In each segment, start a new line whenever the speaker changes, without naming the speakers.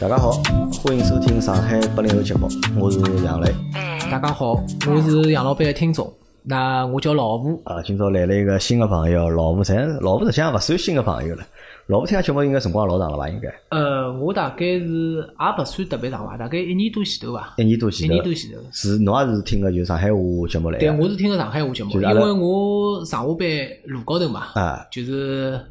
家好，欢迎收听上海80后节目，我是杨磊。
大家好，我是杨老板的听众，那我叫老吴。
今朝来了一个新的朋友，老吴实际上勿算新的朋友了。老吴听下节目应该辰光老长了吧？应该。
我大概是也勿算特别长吧，大概1年多前头吧。
1年多前头。是侬也是听个就上海话节目来的。
对，我是听个上海话节目，因为我上下班路高头嘛，就是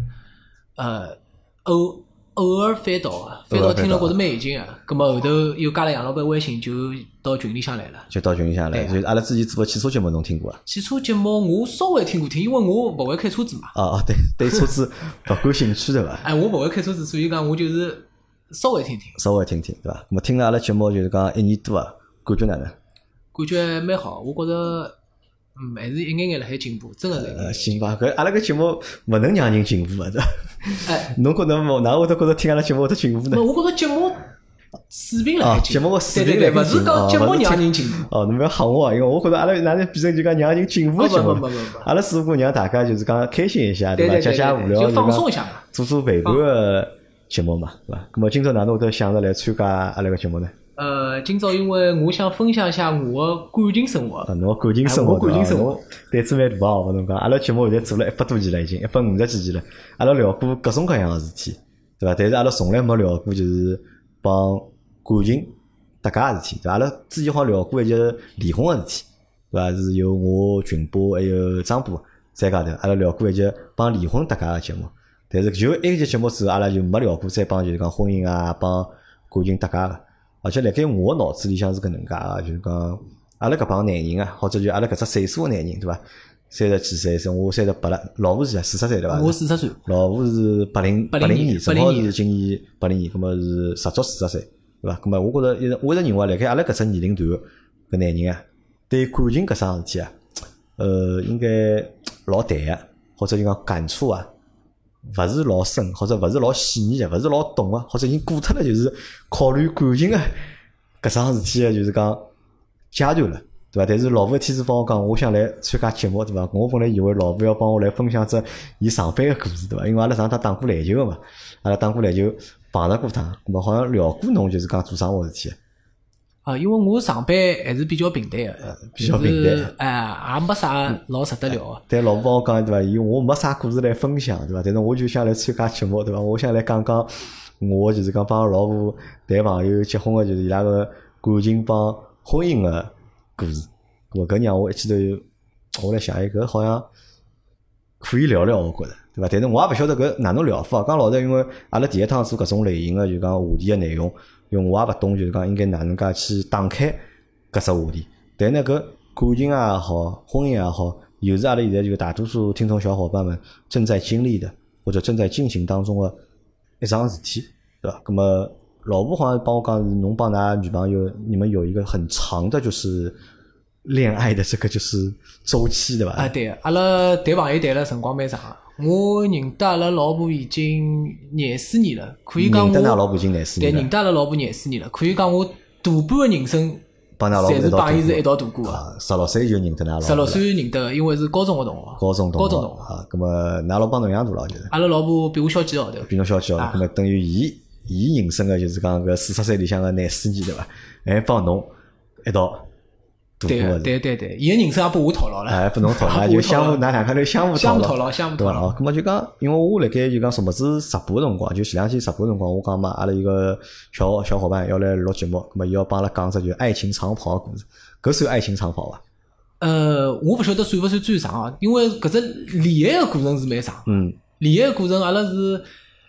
偶尔翻到听了觉着蛮有劲个，葛末后头又加了杨老板微信，就到群里向来了。就
阿拉之前做个汽车节目侬听过啊？
汽车节目我稍微听，因为我勿会开车子嘛。
对车子勿感兴趣对伐？
我勿会开车子，所以讲我就是稍微听，
对伐？咾听了阿拉节目就是讲1年多啊，感觉哪能？
感觉蛮好，我觉着还是一眼眼辣海进步，真个是。
行吧，搿阿拉个节目勿能让人进步啊，对伐？侬觉得哪会得觉得听阿拉节目会得进步呢？
我觉着节目水平辣海进步。
节目个水平
对，勿是讲节目让人进步。
侬勿要吓我啊，因为我觉得阿拉哪能变成就讲让人进步个节目？
不，
阿拉只不过让大家就是讲开心一下，对伐？解无聊，
就放松一下嘛，
做陪伴个节目嘛，对伐？咾么今朝哪能会得想着来参加阿拉个节目呢？
今朝因为我想分享一下我的感情生活。
侬感情生活，胆子蛮大哦，我侬讲，阿拉节目现在做了100多期了，已经150几期了。阿拉聊过各种各样的事体，对伐？但是阿拉从来没聊过就是帮感情搭界的事体，对伐？阿拉之前好像聊过一集离婚的事体，对伐？是由我群波还有张波在家头，阿拉聊过一集帮离婚搭界的节目。但是就一集节目之后，阿拉就没聊过再帮就是讲婚姻啊帮感情搭界个。而且辣盖我脑子里向是搿能介个，就是讲阿拉搿帮男人啊，或者就阿拉搿只岁数个男人，对伐？30几岁，我38了，老婆是40岁对伐？
我40岁，
老婆是80年，正好是今年80年，葛末是10足40岁，对伐？葛末我觉着我一直认为辣盖阿拉搿只年龄段搿男人啊，对感情搿桩事体啊，应该老淡个，或者就讲感触啊。勿是老深，或者勿是老细腻的，勿是老懂的，或者已经过脱了就是考虑感情的搿桩事体的，就是讲阶段了，对伐？但是老婆一天是帮我讲，我想来参加节目，对伐？我本来以为老婆要帮我来分享只伊上班的故事，对伐？因为阿拉上趟打过篮球个嘛，阿拉打过篮球碰着过趟，咾么好像聊过侬就是讲做生活事体。
因为我上班还是比较平淡个，也没啥老值得聊个。
但老婆帮我讲对伐？因为我没啥故事来分享，对伐？但是我就想来参加节目，对伐？我想来讲讲我就是讲帮老婆谈朋友结婚个，就是伊拉个感情帮婚姻个故事。搿让我一记头，我来想搿好像可以聊聊，我觉着，对伐？但是我也勿晓得搿哪能聊法。讲老实，因为阿拉第一趟做搿种类型个就讲话题个内容。因为我也勿懂，就是讲应该哪能介去打开搿只话题。但呢，搿感情也好，婚姻也好，又是阿拉现在就大多数听众小伙伴们正在经历的，或者正在进行当中的一桩事体，对伐？那么老婆好像帮我讲，侬帮㑚女朋友，你们有一个很长的，就是恋爱的这个就是周期，对伐？
对，阿拉谈朋友谈了辰光蛮长。我认得阿拉老婆已经24年了，可以讲我
认得阿拉老婆已经24年了。
对，认得阿拉老婆24年了，可以讲我大半个人生
帮㑚老婆
侪是帮伊是一道度过个。
16岁就认得㑚老婆。
16岁认得，因为是高中个同学。
高中同学啊，咁么㑚老婆侬一样大了，就是。
阿拉老婆比我小几个号头。
比侬小几个号头，咁么等于伊人生个就是讲搿40岁里向个24年，对伐？还帮侬一道。
对，伊个人生也拨我套牢了。
拨侬套牢，就相互㑚两家头相互套牢，
对伐？
咁么就讲，因为我辣盖就讲什么子直播个辰光，就前2天直播个辰光，我讲嘛，阿拉一个小伙伴要来录节目，咁么伊要帮阿拉讲只就爱情长跑个故事，搿算爱情长跑伐？
我勿晓得算勿算最长啊，因为搿只恋爱个过程是蛮长。恋爱个过程阿拉是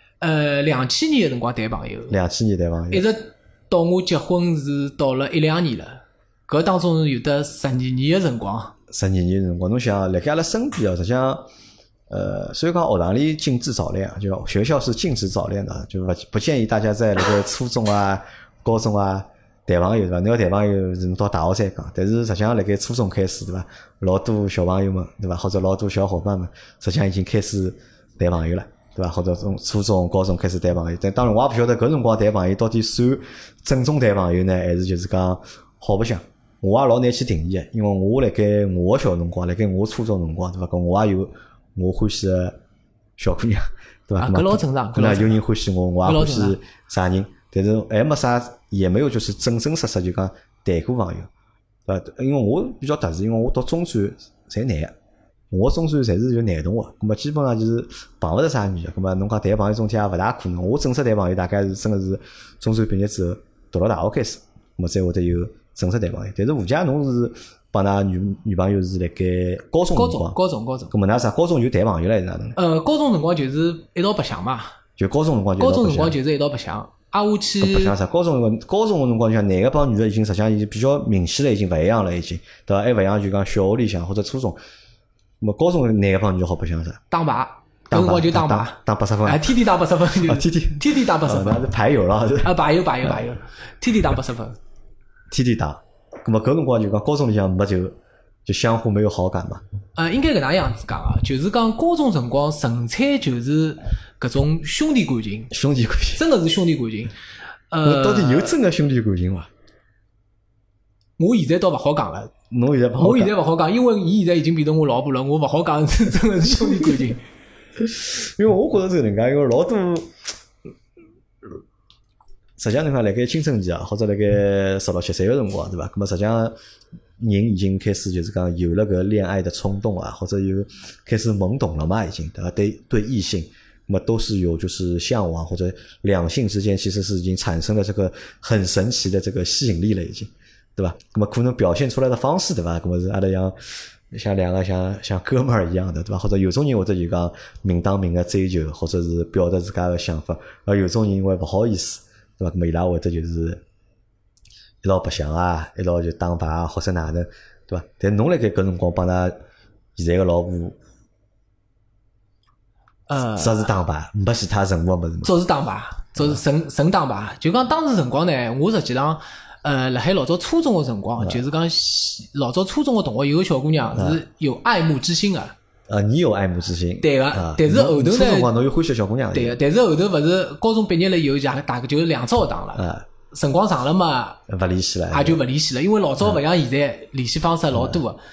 2000年个辰光谈朋友
，2000年谈朋友，
一直到我结婚是到了1-2年了。搿当中有得12年个辰光
，12年个辰光，侬想辣盖阿拉身边啊，实际上，所以讲学堂里禁止早恋啊，就学校是禁止早恋的，就不建议大家在那个初中啊、高中啊谈朋友，对伐？侬要谈朋友是侬到大学再讲，但是实际上辣盖初中开始，对伐？老多小朋友们，对伐？或者老多小伙伴们，实际上已经开始谈朋友了，对伐？或者从初中、高中开始谈朋友，但当然我也勿晓得搿辰光谈朋友到底算正宗谈朋友呢，还是就是讲好白相。我也老难去定义的，因为我辣盖我小辰光，辣盖我初中辰光，对伐？搿我也有我欢喜的小姑娘，对伐？
搿老正常。
搿有人欢喜我，我也欢喜啥人， 但是还没啥，也没有就是真真实实就讲谈过朋友，对伐？因为我比较特殊，因为我读中专侪男个，我中专侪是有男同学，咁么基本上就是碰勿着啥女个，咁么侬讲谈朋友中间也勿大可能。我正式谈朋友大概是真个是中专毕业之后读了大学开始，咁么才会得有正式谈朋友。但是吴家侬是帮㑚女朋友是辣盖高中辰光，
高中，
咁么㑚啥高中就谈朋友了还是哪能？
高中辰光就是一道白相嘛，
就高中辰光就
高中辰光就是一道白相，挨下去
白相啥？高中个辰光就像男个帮女个已经实际上已经比较明显了，已经勿一样了，已经对伐？还勿像就讲小学里向或者初中，咁么高中男个帮女个好白相啥？
打牌，搿辰光就打牌，
打80分，
天天打80分，天天打80分，
那是牌友了，
牌友，天天打80分，
天天打。咁么搿辰光就讲高中里向没就相互没有好感嘛？
应该搿能样子讲啊，就是讲高中辰光纯粹就是搿种兄弟感情，真的是兄弟感情。
到底有真个兄弟感情伐？
我现在倒勿好讲了。
侬现在
我现在勿好讲，因为伊现在已经变成我老婆了，我勿好讲真的是兄弟感情。
因为我觉着是搿能介，因为老多。实际上，侬看，辣盖青春期啊，或者辣盖16、17岁个辰光，对伐？咁么实际上，人已经开始就是讲有了个恋爱的冲动啊，或者有开始懵懂了嘛，已经对伐？对异性，那么都是有就是向往，或者两性之间其实是已经产生了这个很神奇的这个吸引力了，已经，对伐？那么可能表现出来的方式，对伐？那么是阿拉像两个像哥们儿一样的，对伐？或者有种人或者就讲明当明的追求，或者是表达自家的想法，而有种人因为勿好意思。对伐？咁么伊拉会得就是一道白相啊，一道就打牌啊，或者哪能，对伐？但侬辣盖搿辰光帮㑚现在个老婆，只是打牌，没其他任何物事嘛？
只是打牌，只是纯打牌。就讲当时辰光呢，我实际上，辣海老早初中个辰光，就是讲老早初中个同学有个小姑娘是有爱慕之心啊。
你有爱慕之心，
对个，但是后头呢，初
中辰光侬有欢喜小姑娘，
对个，但是后头勿是高中毕业了以后，大概就两只学堂了，辰光长了嘛，
勿联系了，
也就勿联系了，因为老早勿像现在联系方式老多个。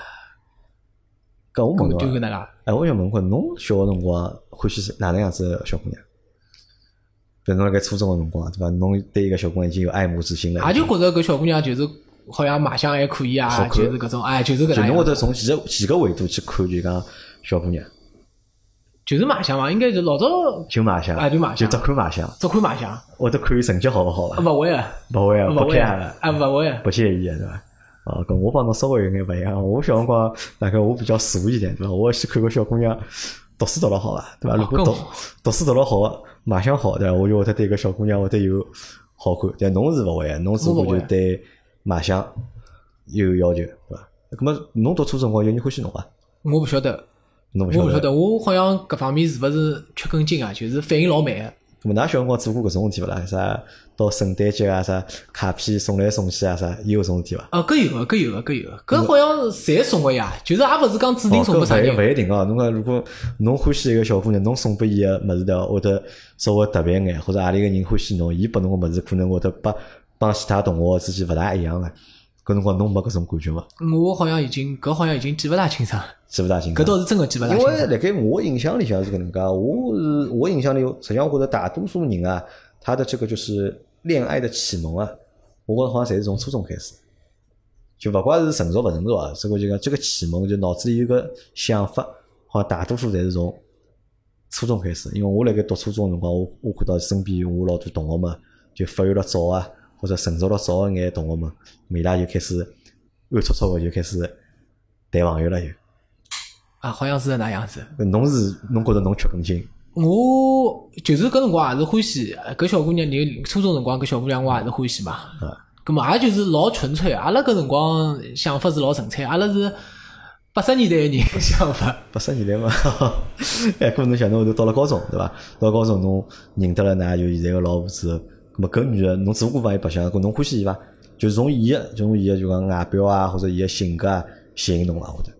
搿我问
就搿能介。
我想问问侬小学辰光欢喜哪能样子的小姑娘？比如侬辣盖初中个辰光，对伐？侬对一个小姑娘已经有爱慕之心了，
也就觉着搿小姑娘就是好像卖相还可以啊，就是搿种，就是搿能。
就侬会得从几个维度去看，就讲小姑娘，
就是卖相嘛，应该就老早
就卖相，
就卖相，
就只看卖相，
只看卖相。
会得看伊成绩好勿好伐？
勿会啊，
勿会啊，不看啊，
勿会，
不介意对伐？搿我帮侬稍微有眼勿一样。我小辰光大概我比较俗一点，对伐？我先看个小姑娘读书读得好啊，对伐？如果读书读得好，卖相好，对伐？我就会得对搿小姑娘会得有好感。但侬是勿会啊，侬只不过就对卖相有要求，对伐？咁么侬读初中辰光有人欢喜侬伐？
我勿晓得，我勿晓得，我好像搿方面是勿是缺根筋啊？就是反应老慢个。
咁么㑚小辰光做过搿种事体勿啦？啥到圣诞节啊，啥卡片送来送去啊，啥有搿种事体伐？
搿有个，搿好像侪送个呀，就是也勿是讲指定送拨啥人。
勿一定哦。侬讲如果侬欢喜一个小姑娘，侬送拨伊个物事的会得稍微特别眼，或者何里个人欢喜侬，伊拨侬个物事可能会得帮其他同学之间勿大一样个。搿辰光侬没搿种感觉伐？
我好像已经记勿大清爽，搿倒是真个记勿大清爽。
因为辣盖我印象里向是搿能介，我印象里，实际上我觉得大多数人啊，他的这个就是恋爱的启蒙啊，我觉得好像侪是从初中开始，就勿怪是成熟勿成熟啊，这个就讲这个启蒙，就脑子里有个想法，好像大多数侪是从初中开始。因为我辣盖读初中辰光，我看到身边我老多同学们就发育了早啊。或者成熟了早一眼同学们，伊拉就开始暗戳戳的就开始谈朋友了就。
好像是那样子。
侬觉得侬缺根筋？
我就是搿辰光也是欢喜搿小姑娘，你初中辰光搿小姑娘我也是欢喜嘛。咁么也就是老纯粹，阿拉搿辰光想法是老纯粹，阿拉是80年代的人想法。
80年代嘛，搿侬想侬后头到了高中对伐？到了高中侬认得了㑚就现在个老婆之后。咁么搿女个侬只不过帮伊白相，搿侬欢喜伊伐？就是从伊个就讲外表啊，或者伊个性格啊吸引侬伐？或者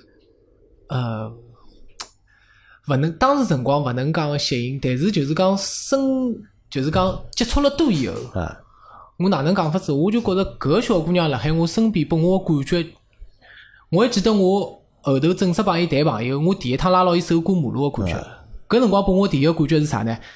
勿能当时辰光勿能讲吸引，但是就是讲就是讲接触了多以后，我哪能讲法子？我就觉着搿小姑娘辣海我身边拨我感觉，我还记得我后头正式帮伊谈朋友，我第一趟拉牢伊手过马路个感觉。搿辰光拨我第一个感觉是啥呢？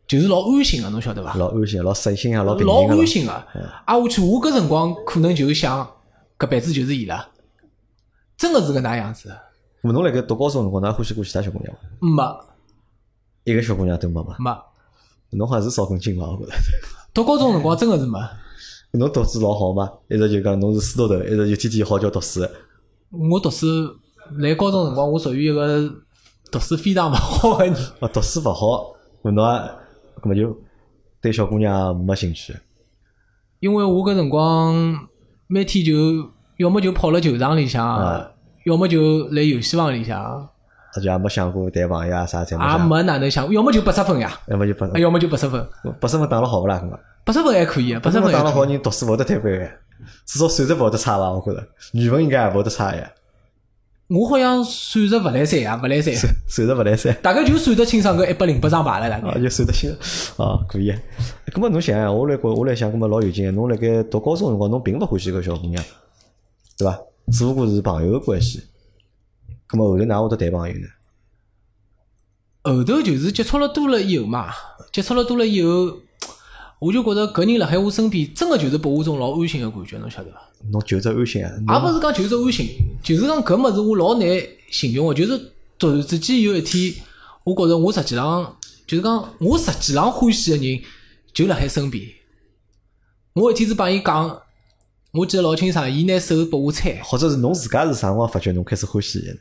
就是老安心个，侬晓得伐？
老安心，老顺心啊，老平
老
静个。
安心个。挨下去，我搿辰光可能就想，搿辈子就是伊了，真个是搿能样子。
咾侬辣盖读高中辰光，㑚欢喜过其他小姑娘伐？
没，
一个小姑娘都没嘛？
没。
侬好像是少根筋伐？我觉着。
读高中辰光真个是没。
侬读书老好嘛？一直就讲侬是书头头，一直就天天好叫读书。
我读书来高中辰光，我属于一个读书非常勿好个人。
读书勿好，侬啊，搿么就对小姑娘没兴趣。
因为我搿辰光每天就要么就泡辣球场里向，要么就辣游戏房里向。
而且也没想过谈朋友啊啥，侪没想。
也没哪能想，要么就80分呀，
要么就80，
要么就80分。
80分打了好勿啦？搿个
80分还可以，80分
打了好人读书勿会得太乖个，至少算术勿会得差伐？我觉着语文应该也勿会得差呀。
我好像算术勿来三啊，勿来三。
算术勿来三。
大概就算得清爽搿108张牌了，大概。
就算得清可以。搿么侬想想，我来想，搿么老有劲。侬辣盖读高中辰光，侬并勿欢喜搿小姑娘，对伐？只不过是朋友个关系。搿么后头哪会得谈朋友呢？
后头就是接触了多了以后嘛，接触了多了以后，我就觉着搿人辣海我身边，真个就是拨我种老安心个感觉，侬晓得伐？
侬就只安心啊？
也勿是讲就是安心，就是讲搿物事我老难形容个，就是突然之间有一天，我觉着我实际上就是讲我实际上欢喜个人就辣海身边。我一天子帮伊讲，我记得老清爽，伊拿手拨我猜，
或者是侬自家是啥辰光发觉侬开始欢喜伊呢？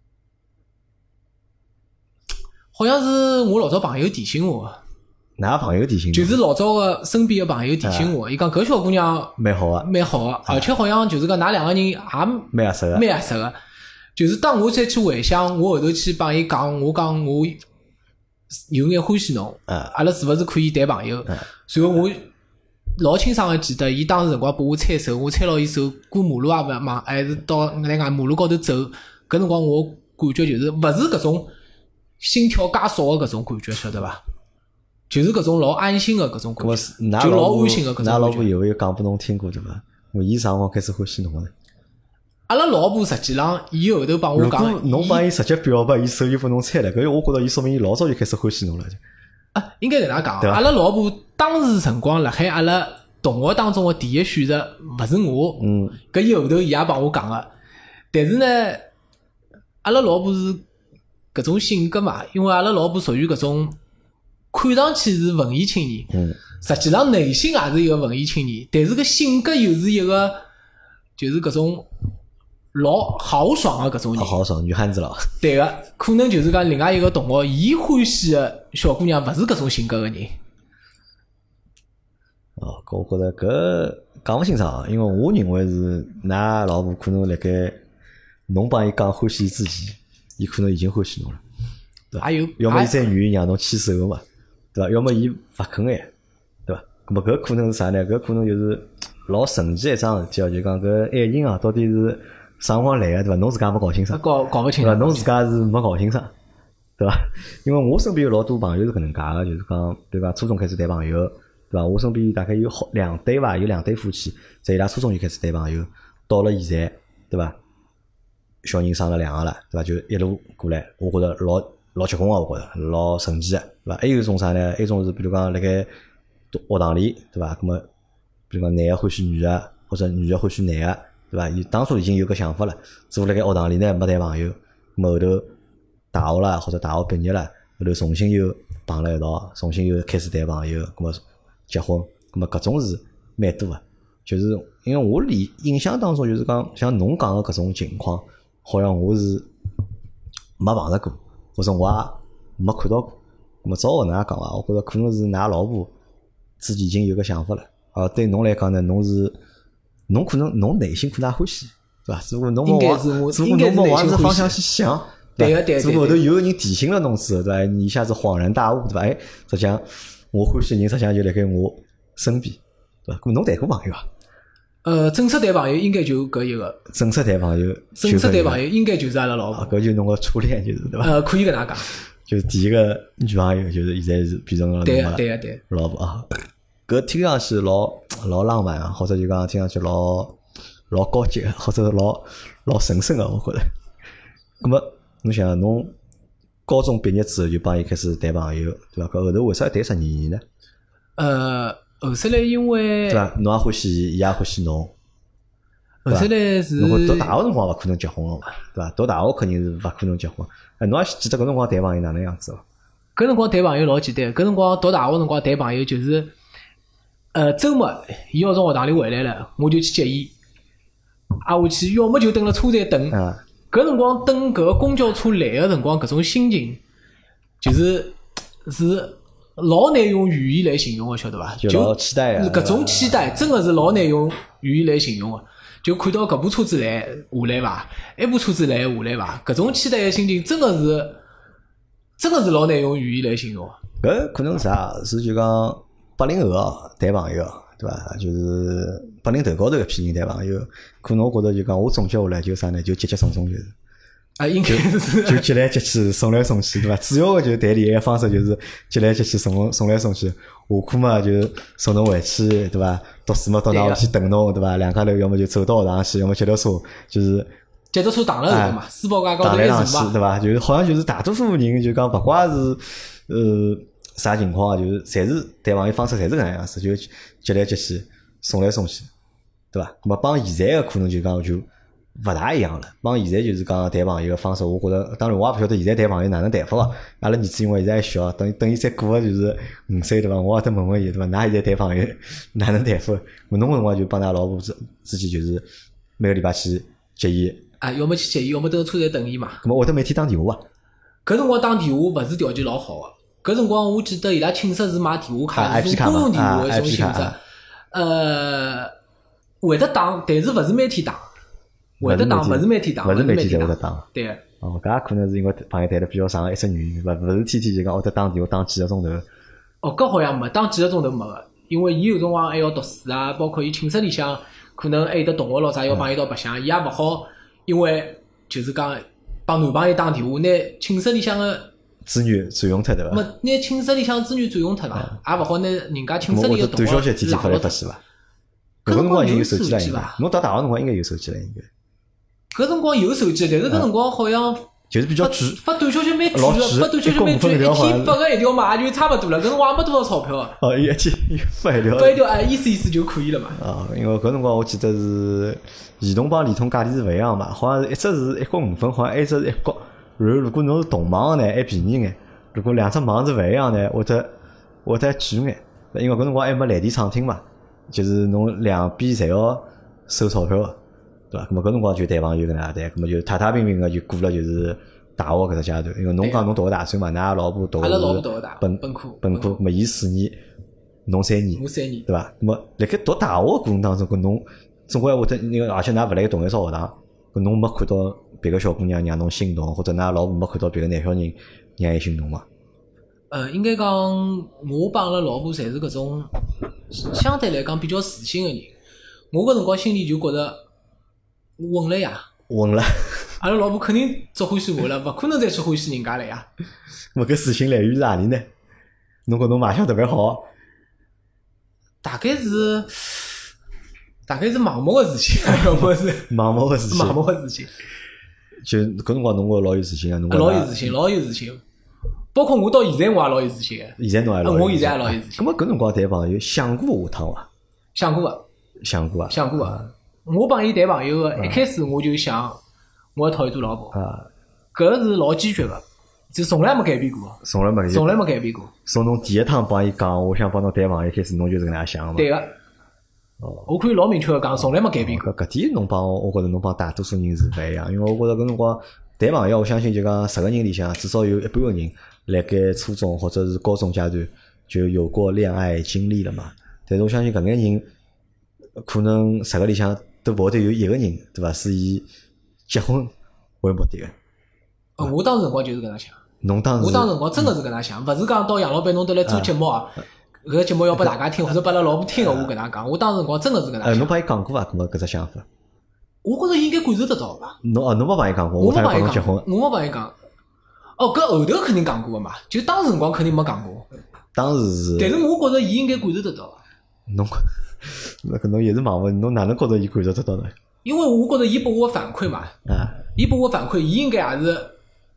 好像是我老早朋友提醒我，
哪朋友提醒？
就是老早个身边个朋友提醒我，伊讲搿小姑娘
蛮好啊，
蛮好个，而且好像就是讲㑚两个人也
蛮合适个，
蛮合适个。就是当我再去回想，我后头去帮伊讲，我讲我有眼欢喜侬，阿拉是勿是可以谈朋友？随后我老清爽个记得，伊当时辰光拨我猜手，我猜牢伊手过马路也勿忙，还是到辣外马路高头走。搿辰光我感觉就是勿是搿种心跳加速个搿种感觉，晓得伐？就是搿种老安心个搿种感觉，就老安心个搿种感觉。
㑚老婆有没有讲拨侬听过对伐？我伊啥辰光开始欢喜侬个？
阿拉老婆实际上，伊后头帮我讲，
如果侬帮伊直接表白，伊手就拨侬猜了，搿我觉着伊说明伊老早就开始欢喜侬了。
应该搿能讲，阿拉老婆当时辰光辣海阿拉同学当中个第一选择勿是我，搿伊后头伊也帮我讲个。但是呢，阿拉老婆是搿种性格嘛，因为阿拉老婆属于搿种看上去是文艺青年，实际上内心也是一个文艺青年，但是搿性格又是一个就是搿种老豪爽的搿种人，
豪爽女汉子了。
对个，可能就是讲另外一个同学，伊欢喜的小姑娘勿是搿种性格的人。
搿我觉着搿讲勿清爽，因为我认为是㑚老婆可能辣盖侬帮伊讲欢喜之前，伊可能已经欢喜侬了，对伐？要么伊再愿意让侬牵手嘛，对伐？要么伊勿肯哎，对伐？咾么搿可能是啥呢？搿可能就是老神奇一桩事体哦，就讲搿爱情啊，到底是啥辰光来个，对伐？侬自家没搞清爽，
搞勿清
对伐？侬自家是没搞清爽，对伐？因为我身边有老多朋友是搿能介个，就是讲，比如讲初中开始谈朋友，对伐？我身边大概有两对伐，有两对夫妻，在伊拉初中就开始谈朋友，到了现在，对伐？小人生了2个了，对伐？就一路过来，我觉着老结棍个，我觉着老神奇个，对伐？还有一种啥呢？还有一种是比如讲辣盖学堂里，对伐？那么比如讲男个欢喜女个，或者女个欢喜男个，对伐？伊当初已经有个想法了，只不过辣盖学堂里呢没谈朋友，那么后头大学啦或者大学毕业了，后头重新又碰了一道，重新又开始谈朋友，那么结婚，那么搿种是蛮多个，就是因为我印象当中就是讲像侬讲个搿种情况。好像我是没碰着过，或者我也没看到过。那么照我能介讲伐，我觉着可能是㑚老婆自己已经有个想法了。对侬来讲呢，侬可能侬内心可能也欢喜，对伐？只不过侬没往这方向去想，
对个。
只不过后头有个人提醒了侬之后，对伐？你一下子恍然大悟，对伐？哎，实际上我欢喜的人实际上就辣盖我身边，对伐？咾侬谈过朋友伐？
正式谈朋友应该就搿一个。
正式谈朋友
应该就是阿拉老婆。
搿就侬个初恋就是对伐？
可以搿能讲。
就是第一个女朋友，就是现在是变成了
对
老婆啊。搿听上去老浪漫啊，或者就讲听上去老高级个，或者老神圣个，我觉着。葛末侬想侬高中毕业之后就帮伊开始谈朋友，对伐？搿后头为啥要谈12年呢？
后首来因为
对伐？侬也欢喜伊，伊也欢喜侬。
后首来是
侬读大学辰光勿可能结婚个嘛，对伐？读大学肯定是勿可能结婚。侬也记得搿辰光谈朋友哪能样子伐？
搿辰光谈朋友老简单，搿辰光读大学辰光谈朋友就是，周末伊要从学堂里回来了，我就去接伊，我去，要么就蹲辣车站等。搿辰光等搿个公交车来个辰光，搿种心情，是老难用语言来形容个，晓得伐？
就老期待
搿种期待真个是老难用语言来形容个。就看到搿部车子来下来伐，一部车子来下来伐，搿种期待个心情真个是老难用语言来形容。
搿可能啥？是就讲80后谈朋友，对伐？就是80头高头一批人谈朋友，可能我觉着就讲我总结下来就啥呢？就接接送送就是。
应该是
就接来接去，送来送去，对伐？主要个就是谈恋爱方式就是接来接去，送来送去。下课嘛就送侬回去，对伐？读书嘛到哪去等侬，对伐？两家头要么就走到学堂去，要么接条车，就是
接条车打了后头嘛，书包架高头
打来上去，对伐？就是好像就是大多数人就讲勿怪是啥情况，就是侪是谈朋友方式侪是搿能样子，就接来接去，送来送去，对伐？那么帮现在个可能就讲就勿大一样了，帮现在就是讲谈朋友个方式，我觉着，当然我也勿晓得现在谈朋友哪能谈法个。阿拉儿子因为现在还小，等伊再过个就是5岁对伐？我也得问问伊对伐？㑚现在谈朋友哪能谈法？侬个辰光就帮㑚老婆之间就是每个礼拜去接伊。
要么去接伊，要么等车站等伊嘛。
咾么会得每天打电话啊？
搿辰光打电话勿是条件老好个，搿辰光我记得伊拉寝室是买电话卡，是种公用电话一种性质。会得打，但是勿是每天打。会得打，勿是每天打，
勿是每天侪会得打。
对。
搿也可能是因为朋友谈得比较长个一只原因，勿是天天就讲会得打电话打几个钟头。
搿好像没打几个钟头没个，因为伊有辰光还要读书啊，包括伊寝室里向可能还有得同学咯啥要帮伊一道白相，伊也勿好，因为就是讲帮男朋友打电话，拿寝室里向个
资源占用脱对伐？
拿寝室里向资源占用脱嘛，也勿好拿人家寝室里个同学
短消息天天发来发去伐？搿辰光已经有手机了，应该。侬到大学辰光应该有手机了，应该。
搿辰光有手机，但是搿辰光好像
就是比较贵，
发短消息蛮贵个，发短消息蛮贵，一天发个一条嘛，也就差勿多了。搿辰光也没多少钞票个。
一天发一条。
发一条意思意思就可以了嘛。
因为搿辰光我记得是移动帮联通价钿是勿一样嘛，好像是一只是1.5分，好像一只是1角。然后如果侬是同网个呢，还便宜眼；如果两只网是勿一样呢，会得贵眼。因为搿辰光还没来电畅听嘛，就是侬两边侪要收钞票个。对伐？咁么搿辰光就谈朋友搿能样谈，咁么就太太平平个就过了就是大学搿只阶段。因为侬讲侬读个大专嘛，㑚老婆读个本科，咁么伊4年，侬3年，
我3年，
对伐？咁么辣盖读大学个过程当中，搿侬总归会得，因为而且㑚勿辣盖同一所学堂，搿侬没看到别个小姑娘让侬心动，或者㑚老婆没看到别个男小人让伊心动嘛？
应该讲我帮阿拉老婆侪是搿种相对来讲比较自信个人。我搿辰光心里就觉着。稳了呀！
稳了，
阿拉老婆肯定只欢喜我了，勿可能再去欢喜人家了呀。
搿自信来源是哪里呢？侬讲侬卖相特别好，
大概是盲目个自信，要么是
盲目个自
信。
就搿辰光侬觉老有自信啊？侬
老有自信。包括我到现在我也老有自信个。
现在侬还老有自信。
我现在也老有自信。
咾么搿辰光谈朋友想过下趟伐？
想过啊。我帮伊谈朋友个，一开始我就想，我要讨伊做老婆。搿是老坚决个，就从来没改变过。从来没改变过。
从侬第一趟帮伊讲，我想帮侬谈朋友开始，侬就是搿能样想个嘛？
对个。我可以老明确个讲，从来没改变过。
搿点侬帮我觉着侬帮大多数人是勿一样，因为我觉着搿辰光谈朋友，我相信就讲10个人里向至少有一半个人辣盖初中或者是高中阶段就有过恋爱经历了嘛。但是我相信搿眼人可能10个里向都勿会得有1个人，对伐？是以结婚为目的个。
我当时辰光就是搿能想。
侬当时？
我当时辰光真个是搿能想，勿是讲到杨老板侬得来做节目啊，搿节目要拨大家听或者拨阿拉老婆听个，我搿能讲。我当时辰光真个是搿能想。
侬帮伊讲过伐？搿只想法？
我觉着应该感受得到伐？
侬没帮伊讲过，我帮侬结婚。
我没帮伊讲。搿后头肯定讲过个嘛，就当时辰光肯定没讲过。
当时是。
但是我觉着伊应该感受得到。
那搿侬也是盲目，侬哪能觉着伊感受得到呢？
因为我觉着伊拨我反馈嘛，伊拨我反馈，伊应该也是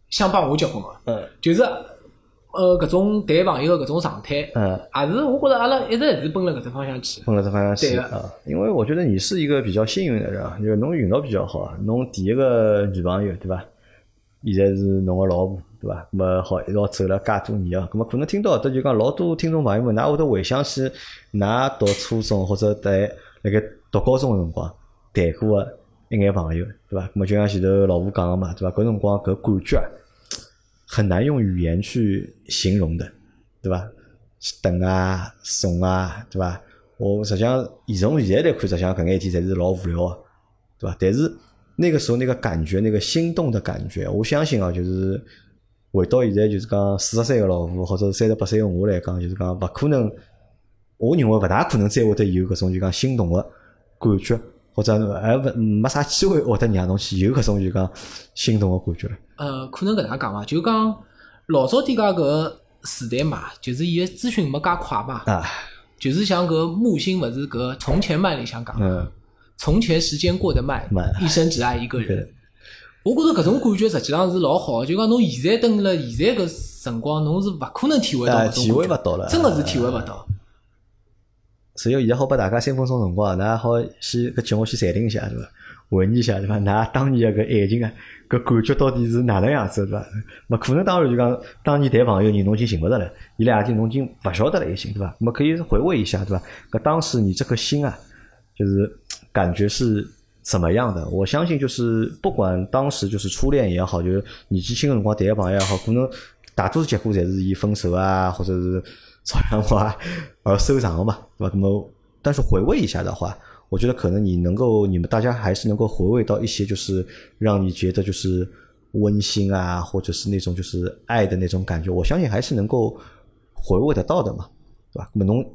想帮我结婚个，就是搿种谈朋友的搿种状态，也是我觉得阿拉一直是奔了搿只方向去，
奔了这方向去啊。因为我觉得你是一个比较幸运的人啊，就是侬运道比较好，侬第一个女朋友对伐？现在是侬个老婆对伐？么好一道走了介多年啊，咁么可能听到就讲老多听众朋友们，㑚会得回想起㑚读初中或者在辣盖读高中个辰光谈过个一眼朋友对伐？咁么就像前头老吴讲个嘛对伐？搿辰光搿感觉很难用语言去形容的，对吧？等啊、送啊，对吧？我实际上从现在来看，实际上搿眼事体侪是老无聊的，对吧？但是那个时候那个感觉，那个心动的感觉，我相信啊，就是回到现在，就是讲40岁个老婆或者38岁个我来讲，就是讲勿可能，我认为勿大可能再会得有搿种就讲心动个感觉，或者还没啥机会会得让侬去有搿种就讲心动个感觉了。
可能搿能讲嘛，就讲老早点介搿时代嘛，就是伊个资讯没介快嘛，就是像搿木星勿是搿从前慢里向讲，从前时间过得慢，一生只爱一个人。我觉着搿种感觉实际上是老好，就讲侬现在等了现在搿辰光，侬是勿可能体会到搿种
体会勿到了，
真个是体会勿到。
所以现在好拨大家3分钟辰光，㑚好先搿节目去暂停一下，对伐？回忆一下，对伐？㑚当年个搿爱情啊，搿感觉到底是哪能样子，对伐？咹可能当然就讲当年谈朋友人侬已经寻勿着了，伊拉已经侬已经勿晓得了，已经对伐？咹可以回味一下，对伐？搿当时你这颗心啊，就是感觉是怎么样的？我相信就是不管当时就是初恋也好，就是年纪轻个辰光谈个朋友也好，可能大多数结果侪是以分手啊，或者是吵架啊而收场的嘛，对吧？那么，但是回味一下的话，我觉得可能你们大家还是能够回味到一些，就是让你觉得就是温馨啊，或者是那种就是爱的那种感觉，我相信还是能够回味得到的嘛，对吧？那么侬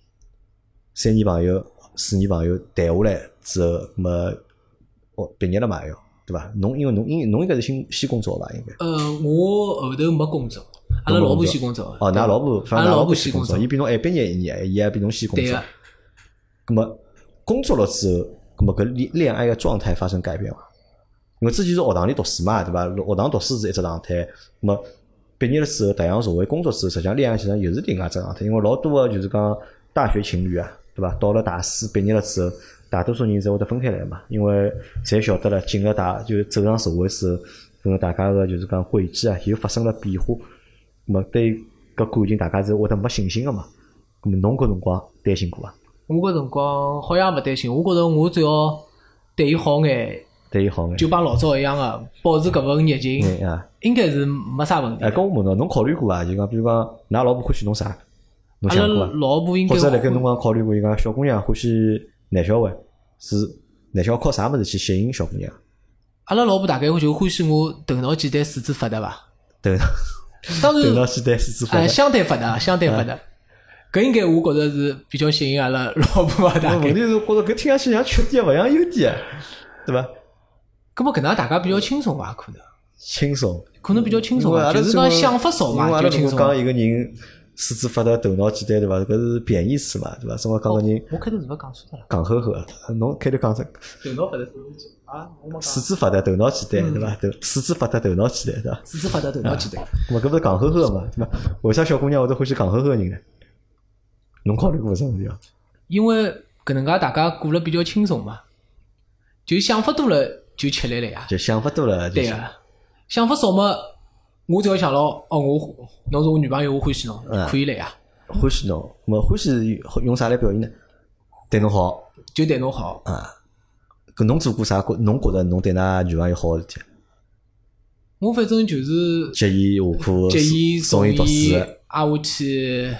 3年朋友、4年朋友谈下来之后，那么毕业了嘛要，对吧？因为侬应该是先工作吧？应该。
我后头没工作，阿拉老婆先工作。
哦，㑚老婆，
阿拉老婆先工作，
伊比侬晚毕业1年，伊还比侬先工作。
对个。
那么工作了之后，那么搿恋爱的状态发生改变伐？因为之前是学堂里读书嘛，对伐？学堂读书是一只状态，那么毕业了之后，踏上社会工作之后，实际上恋爱其实又是另外一只状态。因为老多个就是讲大学情侣啊，对伐？到了大4毕业了之后，大多数人侪会得分开来嘛，因为侪晓得了进了就走上社会之后，可能大家个就是讲轨迹啊，又发生了变化。那么对搿感情大家是会得没信心个嘛。那么侬搿辰光担心过伐？
我搿辰光好像勿担心，我觉着我只要对伊好眼，就帮老早一样个，保持搿份热情，应该是没啥问题。
搿我问侬考虑过伐？就讲比如讲，㑚老婆欢喜侬啥？侬想过伐？
老婆应该
或者辣盖侬讲考虑过，就讲小姑娘欢喜男小孩，是男小孩靠啥物事去吸引小姑娘？
阿拉老婆大概就欢喜我头脑简单、四肢发达伐？
当然，头脑简单、四肢发达，
相对发达。搿应该我觉着是比较吸引阿拉老婆伐？大概。
问题是觉着搿听上去像缺点，勿像优点，对伐？
搿么搿能大家比较轻松伐？可能
轻松，
可能比较轻松伐？就是讲想法少嘛，就轻松。
讲一个人四肢发达、头脑简单，对伐？搿是贬义词嘛，对伐？什么讲个人？
我开头是勿讲错的了。
讲呵呵，侬开头讲成
头脑发达啊，我没讲。
四肢发达，头脑简单，对伐？四肢发达，头脑简单，对伐？
四肢发达，头脑简单。
咾搿勿是讲呵呵嘛，对伐？为啥小姑娘会得欢喜讲呵呵个人呢？侬考虑过啥问题啊？
因为搿能介大家过了比较轻松嘛，就想法多了就吃力了呀。
就想法多了，
对个。想法少嘛，我只要想到侬是我女朋友，我欢喜侬，可以了呀。
欢喜侬，么欢喜用啥来表现呢？对侬好，
就对侬好
啊。搿侬做过啥？侬觉着侬对㑚女朋友好个事体？
我反正就是
接伊下课，送伊读书，
挨下去。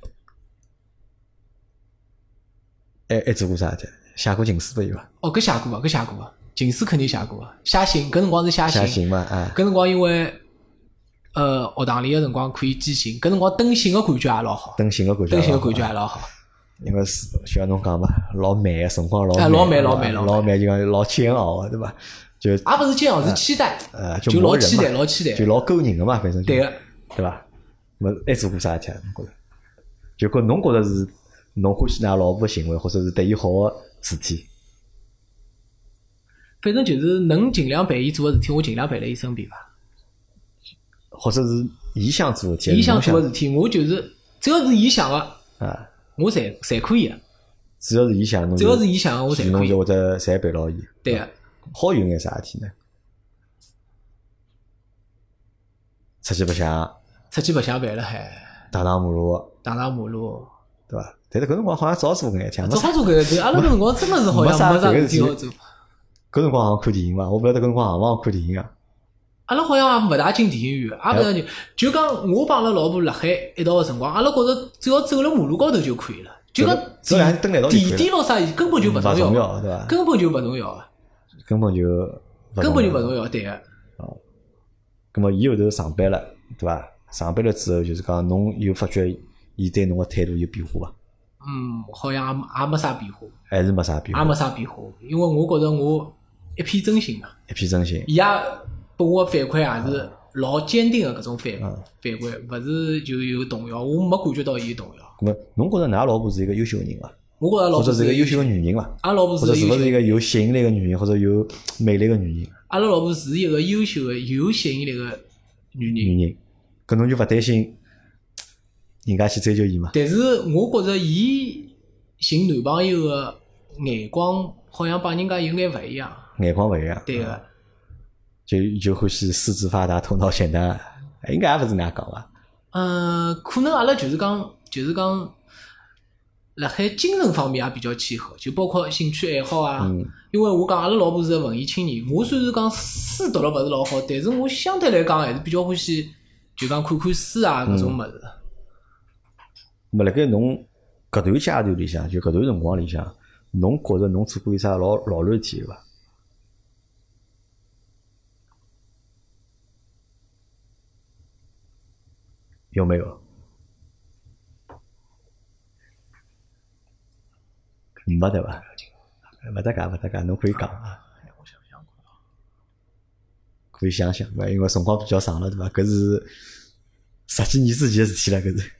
还做过啥事体？写过情书伐有伐？
搿写过，情书肯定写过，写信，搿辰光是写
信嘛，
搿辰光因为学堂里个辰光可以寄信，搿辰光登信个感觉也老好，
登信个感觉也
老好。
因为是像侬讲嘛，老慢个辰光，
老慢，
就讲老煎熬个，对伐？就也
勿是煎熬，是期待，
就
老期待，
就老勾人个嘛，反正
对个，
对伐？么还做过啥事体？侬觉着？就侬觉着是侬欢喜㑚老婆个行为，或者是对伊好个事体？
反正就是能尽量陪伊做个事体，我尽量陪辣伊身边伐。
或者是伊想做事体，
伊想做个事体，我就是只要是伊想个
啊，
我侪可以个。
只要是伊想，
只要是伊想个，我侪可以。
侬就会得侪陪牢伊。
对个。
好有眼啥事体呢？出去白相，
办了海。
打马路，对伐？但是搿辰光好像早做搿眼事体，
早做搿个，阿拉搿辰光真个是好像没啥事体好做。
搿辰光好像看电影伐？我勿晓得搿辰光好像看电影啊。
阿拉好像也勿大进电影院，也勿大进。就讲我帮阿拉老婆辣海一道个辰光，阿拉觉着只要走辣马路高头就可以了。就讲地点咯啥根本就勿重要，
对伐？
根本就勿重要，
根本就
勿重要，对个。
哦，咁么伊后头上班了，对伐？上班了之后，就是讲侬有发觉伊对侬个态度有变化伐？
好像也没啥变化，
还是没啥变化，
也没啥变化，因为我觉着我一片真心嘛，伊也拨我反馈也是老坚定个搿种反馈，勿是就有动摇，我没感觉到伊动摇。
咁么，侬觉着㑚老婆是一个优秀个人伐？
我觉着老婆
是一个优秀个女人伐？
阿拉老婆
是一个有吸引力个女人，或者有魅力个女人？
阿拉老婆是一个优秀个、有吸引力个女人。
搿侬就勿担心人家去追求伊嘛？
但是我觉着伊寻男朋友个眼光好像帮人家有眼勿一样。
眼光勿一样。
对个。
就欢喜四肢发达、头脑简单，应该也勿是那样讲伐？
可能阿拉就是讲，辣海精神方面也比较契合，就包括兴趣爱好啊。因为我讲阿拉老婆是个文艺青年，我虽然讲书读了勿是老好，但是我相对来讲还是比较欢喜，就讲看书啊搿种物事。
辣盖侬搿段阶段里向，就搿段辰光里向，侬觉着侬做过有啥老乱事体伐？有没有？没对伐？勿搭界，侬可以讲啊。
我想想看啊，
可以想想，因为辰光比较长了，对伐？搿是10几年之前的事体了，搿是。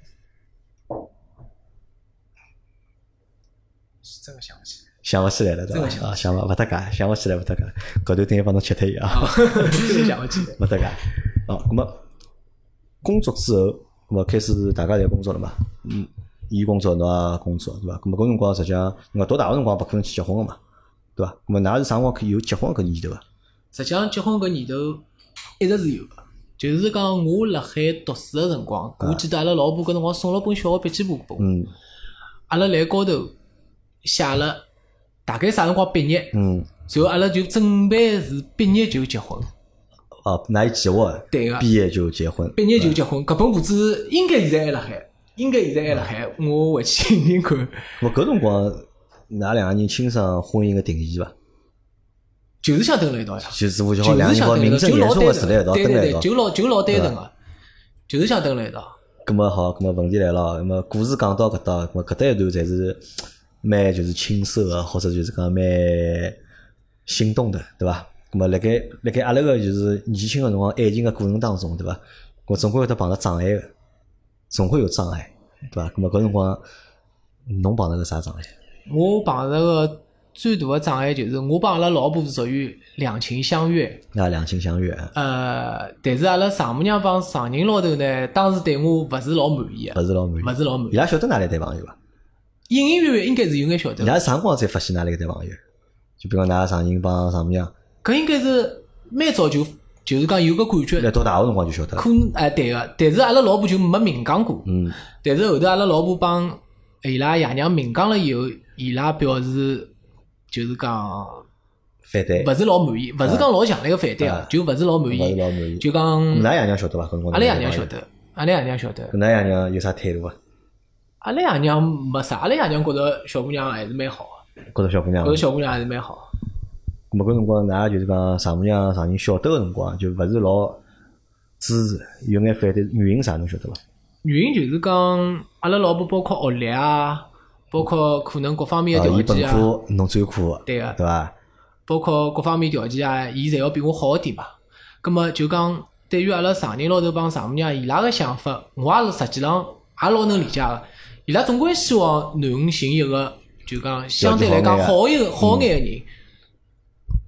真个想不起来。
想勿起来了，对伐？想勿搭界，想勿起来勿搭界。搿段等于帮侬切脱一样。
真个想勿起来。
勿搭界。咁么工作之后，咁么开始大家侪工作了嘛？伊工作侬也工作，对伐？咁么搿辰光实际上，侬读大学辰光勿可能去结婚个嘛，对伐？咁么㑚是啥辰光可以有结婚搿念头啊？
实际上结婚搿念头一直是有个，就是讲我辣海读书个辰光，我记得阿拉老婆搿辰光送了本小个笔记本拨我，阿拉辣高头写了大概啥辰光毕业，然后阿拉就准备是毕业就结婚。
哦，㑚有计划？
对个，
毕业就结婚。
毕业就结婚，搿本簿子应该现在还辣海，我回去认认看。
搿辰光，㑚两个人清爽婚姻个定义伐？
就是想蹲辣一道呀。
就是我就好两个名正言顺个住辣一道，蹲辣一道。
就老单纯个，就是想蹲辣一道。
咁么好，咁么问题来了，咁么故事讲到搿搭，咁么搿搭一段侪是蛮就是青涩个，或者就是讲蛮心动的，对伐？咁么辣盖阿拉个就是年轻个辰光爱情个过程当中，对伐？我总归会得碰到障碍个，总会有障碍，对伐？咁么搿辰光侬碰到个啥障碍？
我碰着个最大个障碍就是我帮阿拉老婆是属于两情相悦。
两情相悦。
但是阿拉丈母娘帮丈人老头呢，当时对我勿是老满意个。勿是老满意。
伊拉晓得㑚来谈朋友伐？
隐隐约约应该是有眼晓得。
伊拉是啥辰光才发现㑚来个谈朋友？就比如讲㑚丈人帮丈母娘。
搿应该是蛮早就是讲有个感觉。
来读大学辰光就晓得了。
可能对个，但是阿拉老婆就没明讲过。但是后头阿拉老婆帮伊拉爷娘明讲了以后，伊拉表示就是讲
反对，
勿是老满意，勿是讲老强烈个反对啊，就勿是老满意。就讲
㑚爷娘晓得伐？
阿拉爷娘晓得。㑚
爷娘有啥态度伐？
阿拉爷娘没啥，阿拉爷娘觉着小姑娘还是蛮好个。
觉着小姑娘
还是蛮好。
咁搿辰光，㑚就是讲丈母娘、丈人晓得个辰光，就勿是老支持，有眼反对，原因啥侬晓得伐？
原因就是讲阿拉老婆包括学历啊，包括可能各方面个条件啊。伊
本科侬专科，
对个，
对伐？
包括各方面条件啊，伊侪要比我好一点嘛。咁么就讲对于阿拉丈人老头帮丈母娘伊拉个想法，我也是实际上也老能理解个。伊拉总归希望囡恩寻一个就讲相对来讲好眼个人。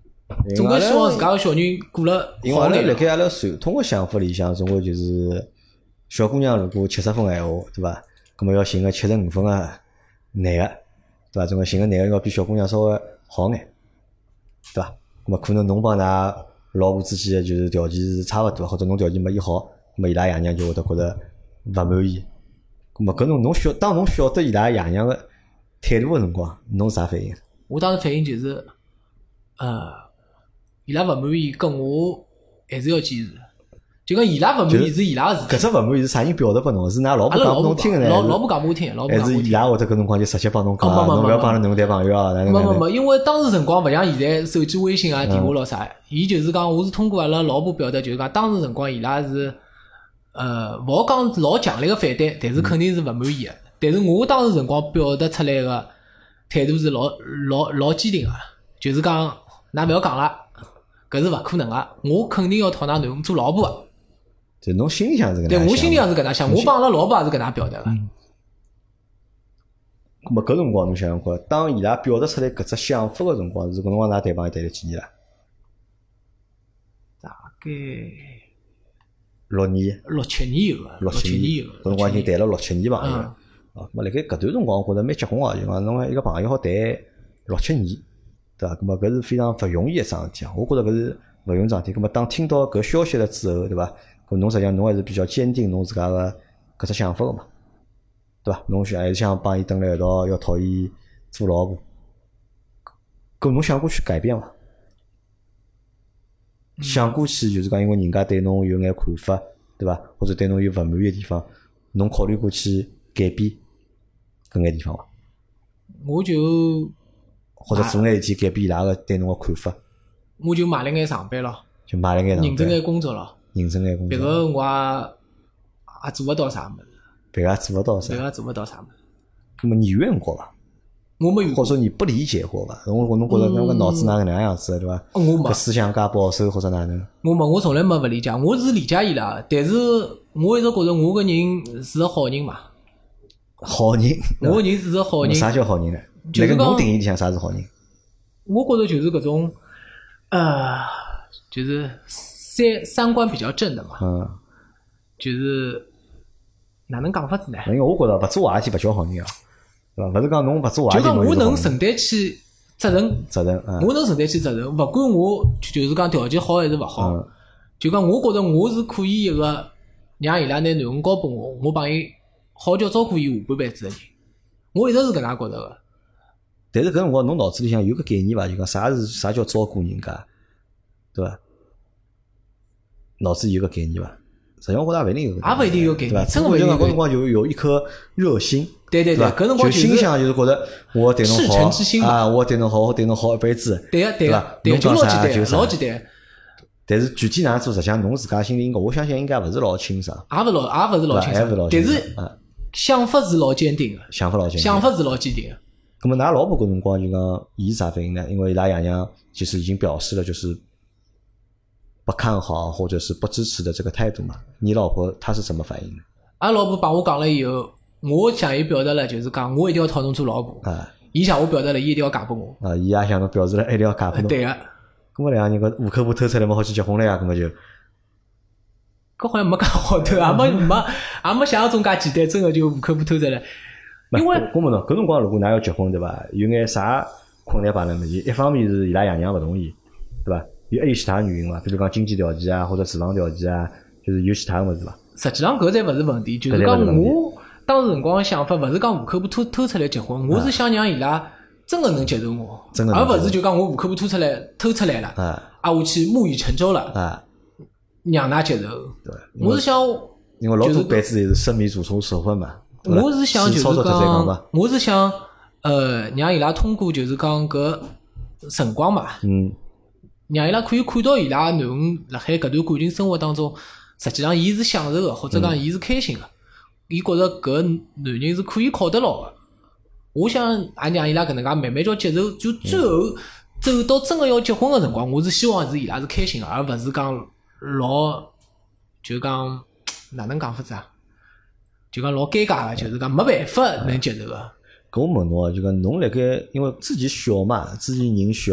总归希望自家个小人过了
因为阿拉
好眼。
辣盖阿拉传统个想法里向，总归就是小姑娘如果70分个闲话，对伐？咁么要寻个75分个男个，对伐？总归寻个男个要比小姑娘稍微好眼，对伐？咁么可能侬帮㑚老婆之间个就是条件是差勿多，或者侬条件没伊好，咁么伊拉爷娘就会得觉着勿满意。咁么搿侬当侬晓得伊拉爷娘个态度个辰光，侬是啥反应？
我当时反应就是，伊拉勿满意，跟我还是要坚持。就讲伊拉勿满意是伊拉个事体。
搿只勿满意是啥人表达拨侬？是㑚老婆讲拨侬听个呢？
老婆讲拨我听，老婆讲拨我听。
还是伊拉会得搿辰光就直接帮侬讲，侬勿要帮侬谈朋友啊？
没，因为当时辰光勿像现在手机微信啊、电话咯啥，伊就是讲我是通过阿拉老婆表达，就是讲当时辰光伊拉是勿好讲老强烈个反对，但是肯定是勿满意个。但是我当时辰光表达出来个态度是老坚定个，就是讲㑚勿要讲了，搿是勿可能个，我肯定要讨㑚囡恩做老婆个。
就侬心里向是搿能
对，我心里向是搿能想，我帮阿拉老婆也是搿能表达个。
咾么搿辰光侬想想看，当伊拉表达出来搿只想法个辰光，是搿辰光㑚谈朋友谈了几年了？
大概
6年。
6、7年有个，6、7年有个。
搿辰光已经谈了6、7年朋友了。咾辣盖搿段辰光，我觉着蛮结棍个，就讲侬一个朋友好谈6、7年，对伐？咾么搿是非常勿容易一桩事体啊！我觉着搿是勿容易桩事体。咾么当听到搿消息了之后，对伐？咾侬实际上侬还是比较坚定侬自家个搿只想法个嘛，对伐？侬还是想帮伊蹲辣一道，要讨伊做老婆。搿侬想过去改变伐？想过去就是讲，因为人家对侬有眼看法，对伐？或者对侬有勿满意个地方，侬考虑过去改变搿眼地方伐？
我就
或者做眼事体改变伊拉个对侬个看法。
我就买了眼上班咯，
就买了眼上班，
认真眼工作咯。
认真眼工作。
别个我也做勿到啥物事。
别个也做勿到啥。
别个做勿到啥物事。
咾么你怨过伐？
我没怨过。
或者你不理解过伐？侬觉着侬个脑子哪能样子对伐？
我没。
搿思想介保守或者哪能？
我没，我从来没勿理解，我是理解伊拉，但是我一直觉着我个人是个好人嘛。
好人。
我个人是个好人。
啥叫好人呢？就是侬定义里向啥是好人？
我觉着就是搿种，就是三观比较正的嘛。就是哪能讲法子呢？
因为我觉着勿做坏事体勿叫好人啊，对伐？勿是讲侬勿做坏事体，
就讲我能承担起责任，我能承担起责任，勿管我就是讲条件好还是勿好，就讲我觉着我是可以一个让伊拉拿囡恩交拨我，我帮伊好叫照顾伊下半辈子个人，我一直是搿能觉着个。
但是搿辰光侬脑子里向有个概念伐？就讲啥叫照顾人家，对伐？脑子里有个概念伐？实际上我觉着也勿一定有个概念，
也勿一定有概念，真个勿一定。
搿辰光就有一颗热心，
对，搿辰光
就心想就是觉着我对侬好，
赤诚之心
啊，我对侬好，我对侬好一辈子，
对
伐？
对，
侬讲啥就
老简单。
但是具体哪能做，实际上侬自家心里应该，我相信应该勿是老清爽，
也勿是老清爽，但是想法是老坚定个，想法是老坚定个。
咁么，㑚老婆搿辰光就讲，伊是啥反应呢？因为伊拉爷娘其实已经表示了，就是不看好或者是不支持的这个态度嘛。你老婆她是什么反应呢？
俺老婆帮我讲了以后，我向伊表达了，就是讲我一定要讨侬做老婆。伊向我表达了，伊一定要嫁拨我。
伊也向侬表示了，一定要嫁拨侬。
对个。
咁么两个人搿户口簿偷出来嘛，好去结婚了呀？咁么就，
搿好像没介好偷，也没想象中介简单，真个就户口簿偷出来。因为
我问侬，搿辰光如果㑚要结婚对伐？有眼啥困难摆辣面前？一方面是伊拉爷娘勿同意，对伐？还有其他原因伐？比如讲经济条件啊，或者住房条件啊，就是有其他个物事伐？
实际上搿侪勿是问题，就是讲我当时辰光想法勿是讲户口簿偷出来结婚，我是想让伊拉真个能接受我，而勿是就讲我户口簿偷出来了，我去木已成舟了，让㑚接受。
对，
我是想，
因为老多辈子也是生米煮成熟饭嘛。
我是想就是讲，我是想让伊拉通过就是讲搿辰光嘛，让伊拉可以看到伊拉囡恩辣海搿段感情生活当中，实际上伊是享受个，或者讲伊是开心个，伊觉着搿男人是可以靠得牢个。我想也让伊拉搿能介慢慢叫接受，就最后走到真个要结婚个辰光，我是希望是伊拉是开心个，而勿是讲老就讲哪能讲法子啊？就讲老尴尬个，就是讲没办法能接受个。
搿我问侬啊，就讲侬辣盖，因为自己小嘛，自己人小，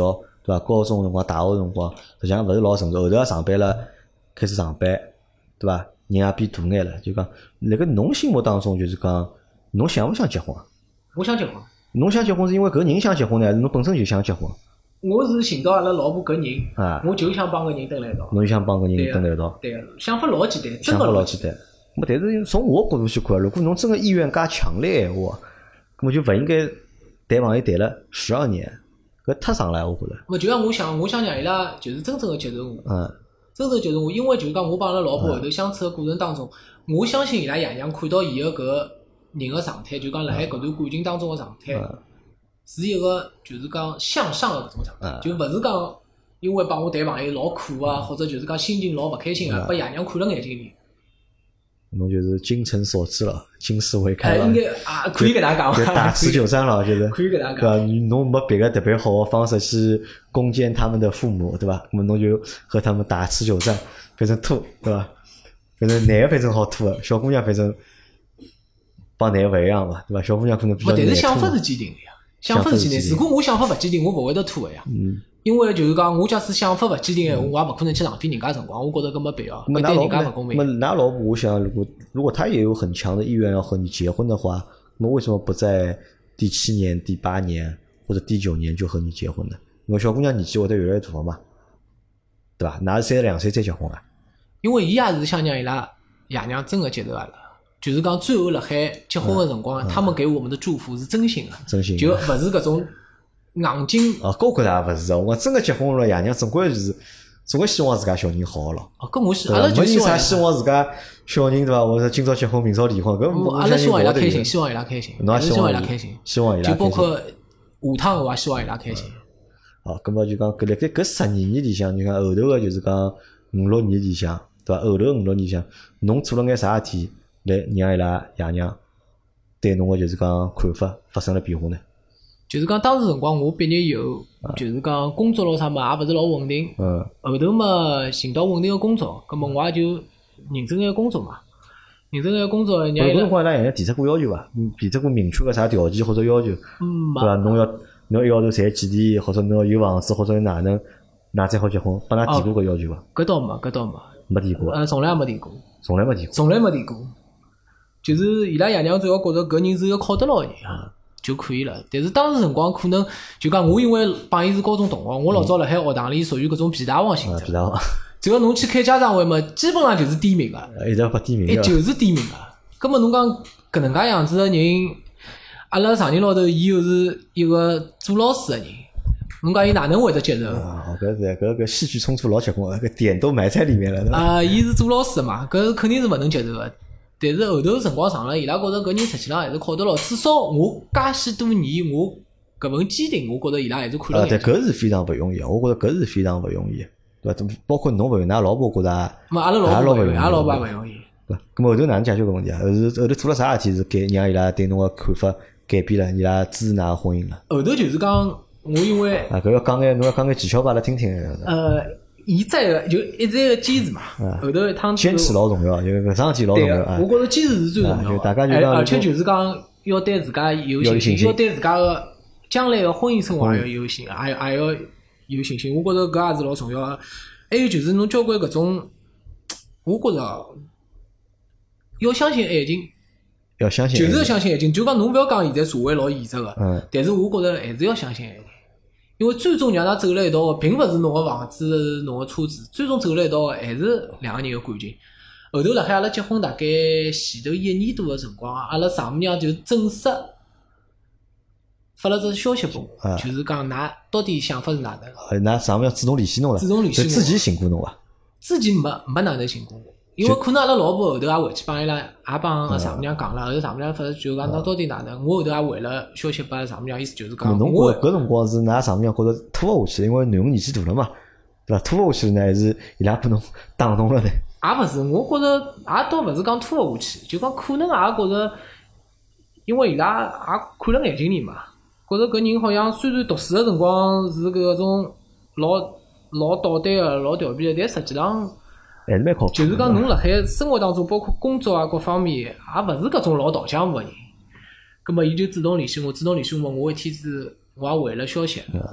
对伐？高中辰光、大学辰光，实际上勿是老成熟，后头也上班了，开始上班，对伐？人也变大眼了，就讲辣盖侬心目当中，就是讲侬想勿想结婚？
我想结婚。
侬想结婚是因为搿人想结婚呢，还是侬本身就想结婚？
我是寻到阿拉老婆搿人，我就想帮搿人蹲辣一道。
侬就想帮搿人蹲辣一道？
对个，想法老简单，
想法老简单。但是从我角度去看，如果侬真个意愿介强烈闲话，搿么就勿应该谈朋友谈了12年，搿太长了，我觉着。
就像我想让伊拉就是真正的接受我，真正接受我，因为就是讲我帮阿拉老婆后头相处的过程当中，我相信伊拉爷娘看到伊个搿人个状态，就讲辣海搿段感情当中个状态，是一个就是讲向上的搿种状态，就勿是讲因为帮我谈朋友老苦啊，或者就是讲心情老勿开心啊，拨爷娘看了眼睛里。
侬就是精诚所至了，金石为开了。
应该可以跟大家讲，
就大持久战了，就是
可以跟大家
讲。侬没别个特别好的方式去攻坚他们的父母，对伐？那么侬就和他们打持久战，反正拖，对伐？反正男的反正好拖的，小姑娘反正帮男的勿一样嘛，对伐？小姑娘可能比较难拖。
但是想法是坚定的呀，想法是坚定。如果我想法勿坚定，我勿会得拖的呀。因为就是讲，我假使想法勿坚定，我也勿可能去浪费人家辰光。我觉得搿没必要，对人家勿公平。
那㑚老婆，我想，如果她也有很强的意愿要和你结婚的话，那么为什么不在第7年、第8年或者第9年就和你结婚呢？因为小姑娘年纪会得越来越大了嘛，对伐？㑚是32岁再结婚啊？
因为伊也是想让伊拉爷娘真的接受阿拉，就是讲最后辣海结婚的辰光，他们给我们的祝福是真心的，
真心
就勿是搿种。硬劲
我觉着也勿是哦。我真个结婚了，爷娘总归希望自家小人好了。
搿我是阿拉就
希望希望自家小人对伐？或者今朝结婚，明朝离婚，搿
阿拉希望伊拉开心，希望伊拉开心，
侬
希望伊拉开心，
希望伊拉
就包括下趟我也希望伊拉开心。
葛末就讲搿辣盖搿12年里向，就讲后头个就是讲5、6年里向，对伐？后头5、6年里向，侬做了眼啥事体来让伊拉爷娘对侬个就是讲看法发生了变化呢？
就是讲当时辰光我毕业以后，就是讲工作咯啥嘛也勿是老稳定。后头嘛寻到稳定个工作，葛末我也就认真眼工作嘛。认真眼工作让伊拉。搿辰光
伊拉爷娘提出过要求伐？提出过明确个啥条件或者要求？对伐？侬一号头赚几钿，或者侬要有房子，或者哪能，㑚才好结婚？帮㑚提过搿要求伐？
搿倒没。
没提过。
从来也没提过。
从来没提过。
就是伊拉爷娘只要觉着搿人是一个靠得牢个人就可以了，但是当时辰光可能就讲我因为帮伊是高中同学，我老早辣海学堂里属于搿种皮大王性质。只要侬去开家长会嘛，基本上就是点名个，
一直不点名，
就是点名个。葛末侬讲搿能介样子个人，阿拉上人老头伊又是一个做老师个人，侬讲伊哪能会得接受？
搿戏剧冲突老结棍，搿点都埋在里面了。
伊是做老师嘛，搿肯定是勿能接受个。但是后头辰光长了，伊拉觉着搿人实际上还是靠得牢，至少我介许多年，我搿份坚定，我觉着伊拉还是看了眼。
但搿是非常勿容易，我觉着搿是非常勿容易，对伐？包括侬勿容易，㑚老婆觉着
阿拉老婆勿容易，阿拉老婆也勿容易。
对伐？搿么后头哪能解决搿问题啊？后头做了啥事体是让伊拉对侬个看法改变了，伊拉支持㑚个婚姻了？
后头就是讲，我因为
搿要讲眼，侬要讲眼技巧拨阿拉听听。
伊在就一直个坚持嘛，后头一趟
坚持老重要，就搿桩事体老重要。
我觉着坚持是最重要的，而且就是讲要对自家有信心，要对自家个将来个婚姻生活也要有信，也要有信心。我觉着搿也是老重要的。还有就是侬交关搿种，我觉着要相信爱情，就是要相信爱情。就讲侬勿要讲现在社会老现实个，但是我觉着还是要相信爱情。因为最终让㑚走辣一道个，并勿是侬个房子、侬个车子，最终走辣一道个还是两个人个感情。后头辣海阿拉结婚大概前头1年多个辰光，阿拉丈母娘就正式发了只消息拨我，就是讲㑚到底想法是哪能？
㑚丈母娘主动联系侬了？
主动联系我。
之前寻过侬伐？
之前没哪能寻过我，因为可能阿拉老婆后头也回去帮伊拉，也帮阿丈母娘讲了，后头丈母娘发就讲，那到底哪能？我后头也回了消息拨阿丈母娘，意思就是讲，
侬搿辰光是㑚丈母娘觉着拖勿下去，因为囡恩年纪大了嘛，对伐？拖勿下去呢，还是伊拉把侬打动了呢？
也勿是，我觉着也倒勿是讲拖勿下去，就讲可能也觉着，因为伊拉也看了眼睛里嘛，觉着搿人好像虽然读书个辰光是搿种老倒对个、老调皮个，但实际上
还是蛮靠谱。
就是讲侬辣海生活当中，包括工作啊各方面，也勿是搿种老倒浆糊个人。葛末伊就主动联系我，问我一天子，我也回了消息。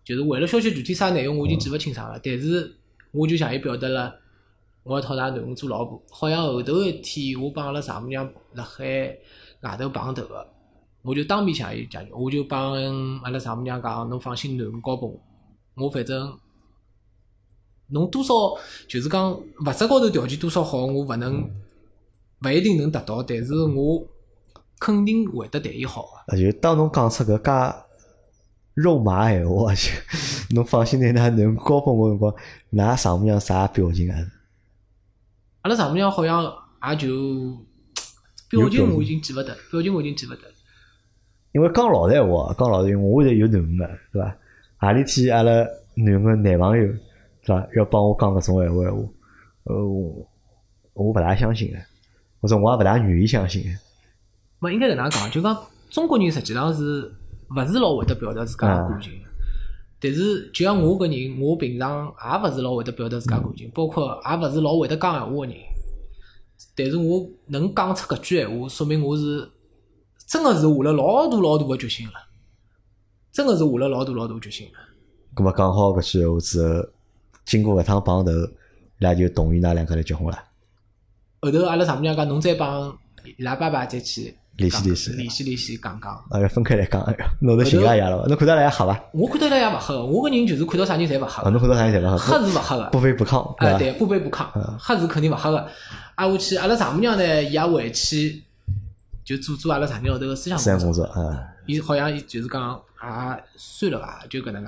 就是为了消息具体啥内容我已经记勿清爽了，但是我就向伊表达了我要讨㑚囡恩做老婆。好像后头一天我帮阿拉丈母娘辣海外头碰头个，我就当面向伊解决，我就帮阿拉丈母娘讲，侬放心，囡恩交拨我反正侬多少就是讲物质高头条件多少好，我勿一定能达到，但是我肯定会得对伊好个。
就当侬讲出搿介肉麻闲话，就侬放心拿㑚囡恩交拨我辰光，㑚丈母娘啥表情啊？
阿拉丈母娘好像也就表情我已经记勿得，因
为讲老实闲话，因为我现在有囡恩个，对伐？何里天阿拉囡恩男朋友，对伐？要帮我讲搿种闲话，我勿大相信个，或者我也勿大愿意相信个。
没应该搿能讲，就讲中国人实际上是勿是老会得表达自家个感情，但是就像我搿人，我平常也勿是老会得表达自家感情，包括也勿是老会得讲闲话个人。但是我能讲出搿句闲话，说明我是真个是下了老大个决心了，真个是下了老大决心了。
咁么讲好搿句闲话之后，经过搿趟碰头，伊拉就同意㑚两个来结婚了。
后头阿拉丈母娘讲，侬再帮伊拉爸爸再去
联系
讲。
要分开来讲，侬头寻伊拉爷了伐？侬看到伊拉黑伐？
我看到伊拉爷勿黑个，我个人就是看到啥人侪勿黑个。
侬看到啥人侪勿黑？
黑是勿黑个，
不卑不亢。
对，不卑不亢，黑是肯定勿黑个。挨下去，阿拉丈母娘呢，伊也回去就做阿拉长期号头个思想工作。伊好像就是讲算了伐，就搿能介。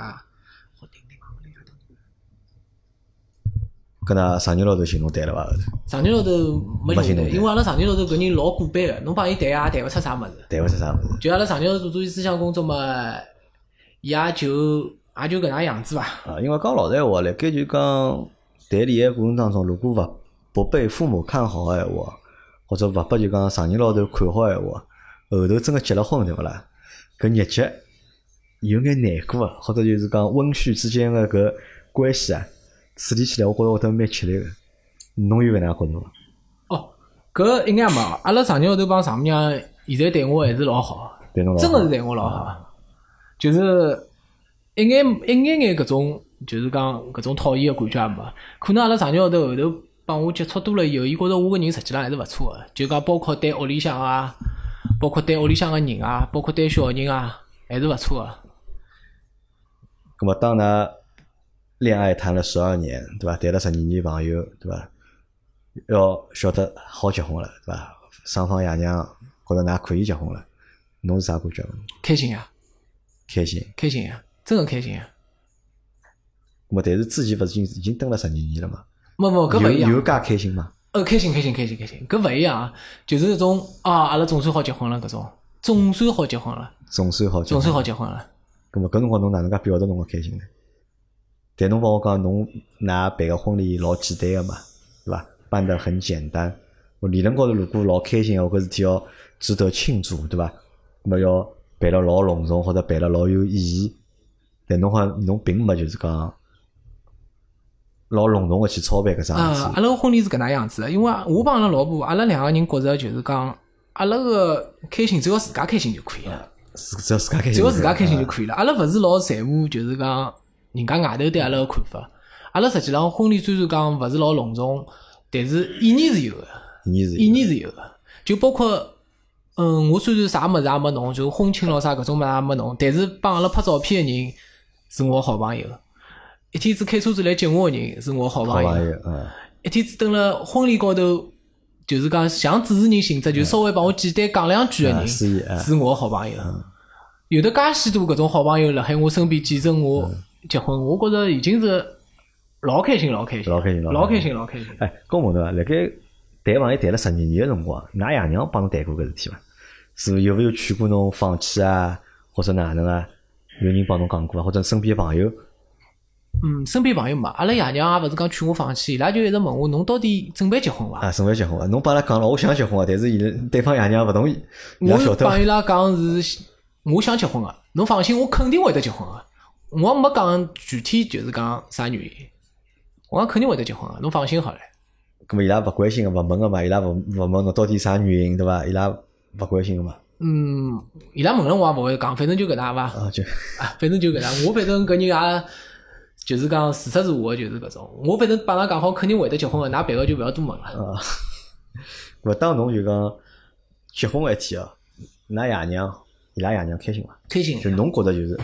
搿㑚上日老头寻侬谈了伐？后头
上日老头没寻谈，因为阿拉上日老头搿人老古板个，侬帮伊谈也谈勿出啥物事。就阿拉上日号头做思想工作嘛，伊也就搿能样子伐。
因为讲老实闲话，辣盖就讲谈恋爱过程当中，如果不被父母看好个闲话，或者勿拨就讲上人老头看好闲话，后头真个结了婚对勿啦？搿日脚有眼难过个，或者就是讲温煦之间个搿关系啊，处理起来我觉着会得蛮吃力个。侬有搿能觉着伐？
搿应该没。阿拉上日号头帮丈母娘现在对我还是老好，真个是对我老好，就是一眼搿种就是讲搿种讨厌个感觉也没。可能阿拉上日号头后头帮我接触多了以后，伊觉着我个人实际上还是勿错个，就讲包括对屋里向啊，包括对屋里向个人啊，包括对小人啊，还是勿错个。
咁么当㑚恋爱谈了12年，对伐？谈了12年朋友，对伐？要晓得好结婚了，对伐？双方爷娘觉着㑚可以结婚了，侬是啥感觉？
开心呀！
开心
呀！真个开心呀！
咁么但是之前勿是已经蹲了12年了嘛？
没，搿勿一样。
有介开心吗？
开心，搿勿一样，就是那种阿拉总算好结婚了，搿种总算好结婚了。
咁么搿辰光侬哪能介表达侬个开心呢？但侬帮我讲，侬㑚办个婚礼老简单个嘛，对伐？办得很简单。我理论高头如果老开心个，搿事体要值得庆祝，对伐？咁么要办了老隆重或者办了老有意义。但侬好像侬并没就是讲老隆重个去操办搿桩事体。
阿拉个婚礼是搿能样子的，因为我帮阿拉老婆，阿拉两个人觉着就是讲，阿拉个开心只要自家开心就可以了。
只要自家
开心就可以了。阿拉勿是老在乎，就是讲人家外头对阿拉个看法。阿拉实际上婚礼虽然讲勿是老隆重，但是意义是有的。意义是有的。就包括我虽然啥物事也没弄，就婚庆咯啥搿种物事也没弄，但是帮阿拉拍照片个人是我好朋友。一天子开车子来接我个人是我好朋友。一天子蹲辣婚礼高头，就是讲像主持人性质，就稍微帮我简单讲两句个人是我好朋友。有的介许多搿种好朋友辣海我身边见证我结婚，我觉着已经是老开心。
哎，跟我问伐？辣盖谈朋友谈了12年个辰光，㑚爷娘帮侬谈过搿事体伐？是有没有劝过侬放弃啊，或者哪能啊？有人帮侬讲过啊？或者身边朋友？
身边朋友嘛，阿拉爷娘也勿是讲劝我放弃，伊拉就一直问我，侬到底准备结婚伐？
准备结婚啊！侬帮阿拉讲了，我想结婚啊，但是对方爷娘勿同意。
我帮伊拉讲是，我想结婚个，侬放心，我肯定会得结婚个。我没讲具体就是讲啥原因，我讲肯定会得结婚个，侬放心好了。
咁么伊拉勿关心个，勿问个嘛？伊拉勿问侬到底啥原因，对伐？伊拉勿关心个嘛？
伊拉问了我也勿会讲，反正就搿能伐。反正就搿能。我反正搿人也就是讲事实是我就是搿种。我反正帮㑚讲好，肯定会得结婚个，㑚别个就勿要多问了。
勿当侬就讲结婚一天啊，㑚爷娘伊拉爷娘开心伐？
开心。
就侬觉得就是。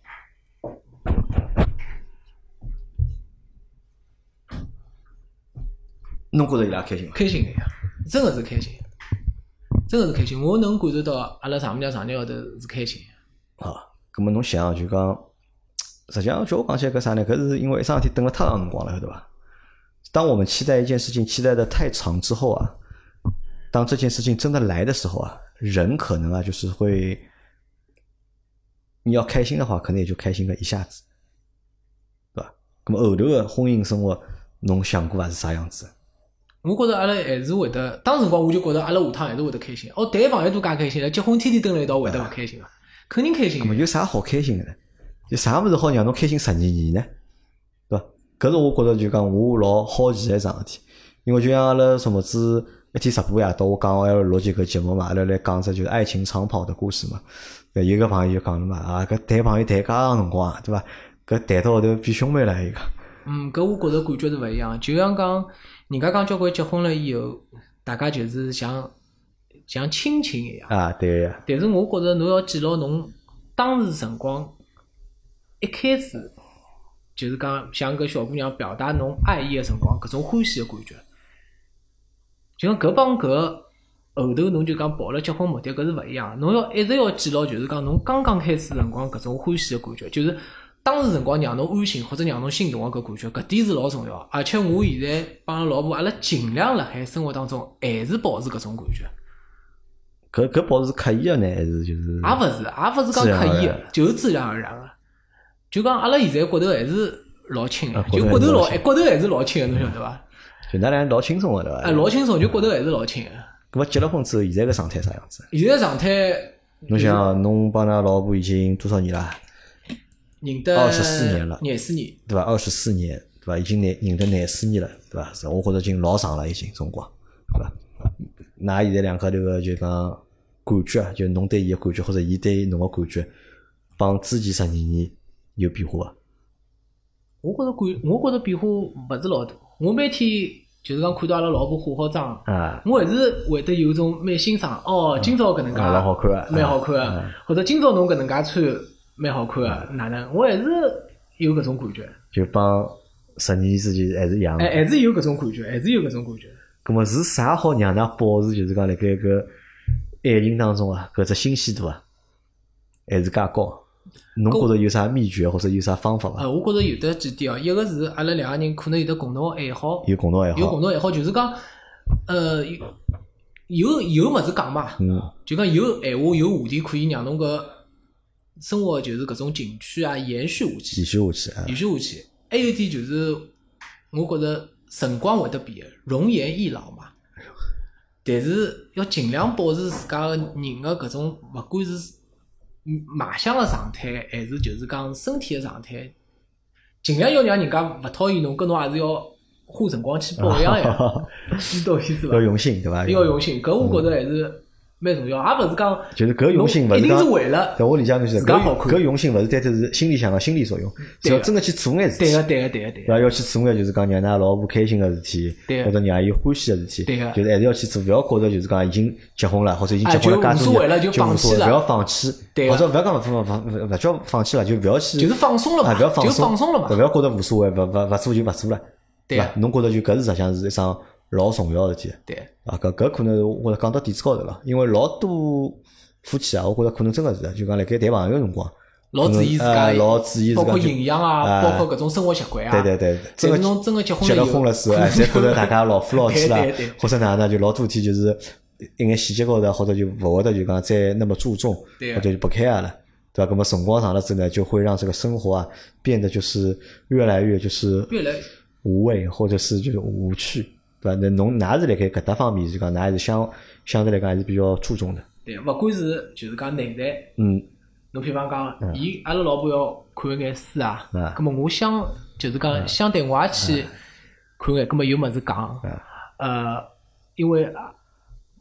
侬觉着伊拉开心伐？
开心个呀，真个是开心，真个是开心。我能感受到阿拉丈母娘上日号头是开心。
咁么侬想就讲，实际上叫我讲起来搿啥呢？搿是因为一桩事体等了太长辰光了，对伐？当我们期待一件事情期待的太长之后啊，当这件事情真的来的时候啊，人可能啊就是会，你要开心的话，可能也就开心个一下子，对伐？咁么后头个婚姻生活，侬想过还是啥样子？
我觉着阿拉还是会得，当辰光我就觉着阿拉下趟还是会得开心。谈朋友都介开心了，结婚天天蹲辣一道会得勿开心伐？肯定开心。
咁么有啥好开心个呢？有啥物事好让侬开心12年呢？对伐？搿是我觉着就讲我老好奇个一桩事体，因为就像阿拉什么子一天直播夜到，我讲我要录几个节目嘛，阿拉来讲只就是爱情长跑的故事嘛。有个朋友就讲了嘛，搿谈朋友谈介长辰光，对伐？搿谈到后头比兄妹了一个。
搿我觉着感觉是勿一样，就像讲人家讲交关结婚了以后，大家就是像亲情一样。
对呀。
但是我觉着侬要记牢侬当时辰光一开始就是讲向搿小姑娘表达侬爱意个辰光，搿种欢喜个感觉，就讲搿帮搿后头侬就讲抱了结婚目的搿是勿一样。侬要一直要记牢，就是讲侬刚刚开始辰光搿种欢喜个感觉，就是当时辰光让侬安心或者让侬心动个搿感觉，搿点是老重要。而且我现在帮阿拉老婆，阿拉尽量辣海生活当中还是保持搿种感觉。
搿保持是刻意个呢，还是就是？
也勿是讲刻意个，就是自然而然个。就讲阿拉现在骨头还是老轻个，就骨头还是老轻个，侬晓得伐？
就㑚俩老轻松个对伐？
老轻松，就骨头还是老轻个。
搿么结了婚之后，现在个状态啥样子？
现在状态，
侬想，侬帮㑚老婆已经多少年了？
认得
24年了
，24年，
对伐？24年，对伐？已经认得24年了，对伐？是，我觉着已经老长了，已经辰光，对伐？㑚现在两家头个就讲感觉，就侬对伊个感觉，或者伊对侬个感觉，帮之前12年有变化伐？
我觉着变化勿是老大。我每天就是讲看到阿拉老婆化好妆，我还是会得有种蛮欣赏。今朝搿能介，
老好看啊，
蛮好看啊。或者今朝侬搿能介穿，蛮好看啊。哪能？我还是有搿种感觉。
就帮10年之前还是一样的。
还是有搿种感觉，还是有搿种感觉。
咁么是啥好让㑚保持就是讲辣盖搿爱情当中啊，搿只新鲜度啊，还是介高？侬觉着有啥秘诀或者有啥方法伐？
我觉着有得几点哦。一个是阿拉两个人可能有得共同爱好，
有共同爱好
就是讲，有物事讲嘛，就讲有闲话有话题可以让侬搿生活就是搿种情趣啊延续下去。还有一点就是，我觉着辰光会得变，容颜易老嘛。但是要尽量保持自家个人个搿种，勿管是卖相个状态，还是就是讲身体个状态，尽量要让人家勿讨厌侬，搿侬也是要花辰光去保养呀。知道意思伐？
要用心，对伐？
要用心，搿我觉着还是蛮重要，也勿是讲
就是搿用心，勿是
一定是为了
我理解侬是
自家好看。
搿用心勿是单单是心里想个心理作用，只要真个去做眼事体。
对
要去做眼就是讲让㑚老婆开心个事体，或者让伊欢喜个事体，就是还是要去做，勿要觉着就是讲已经结婚了，或者已经结婚了介多年，就
放弃了，
勿要放弃，或者勿要讲勿叫放弃了，就勿要去，
就是放松了嘛，
就放松
了嘛，
勿要觉着无所谓，勿做就勿做了，对伐？侬觉着就搿是实际上是一桩老重要个事体。
对
啊，搿可能我觉着讲到点子高头了，因为老多夫妻啊，我觉着可能真个是，就讲辣盖谈朋友辰光，
老注意自家，
老注意
包括营养啊，包括搿种生活习惯啊。
对，
真个侬真个结
了婚了之后，侪觉着大家老夫老妻啦，或者哪能就老多天就是一眼细节高头，或者就勿会得就讲再那么注重，或者就不 care 了，对吧？那么辰光长了之后呢，就会让这个生活啊变得就是越来越无味，或者是就是无趣，对吧？那侬㑚是辣盖搿搭方面就讲，㑚还是相对来讲还是比较注重的。对，
勿管是就是讲内在，侬譬方讲，阿拉老婆要看一眼书啊，葛末我想就是讲相对我也去看眼，葛末有物事讲，因为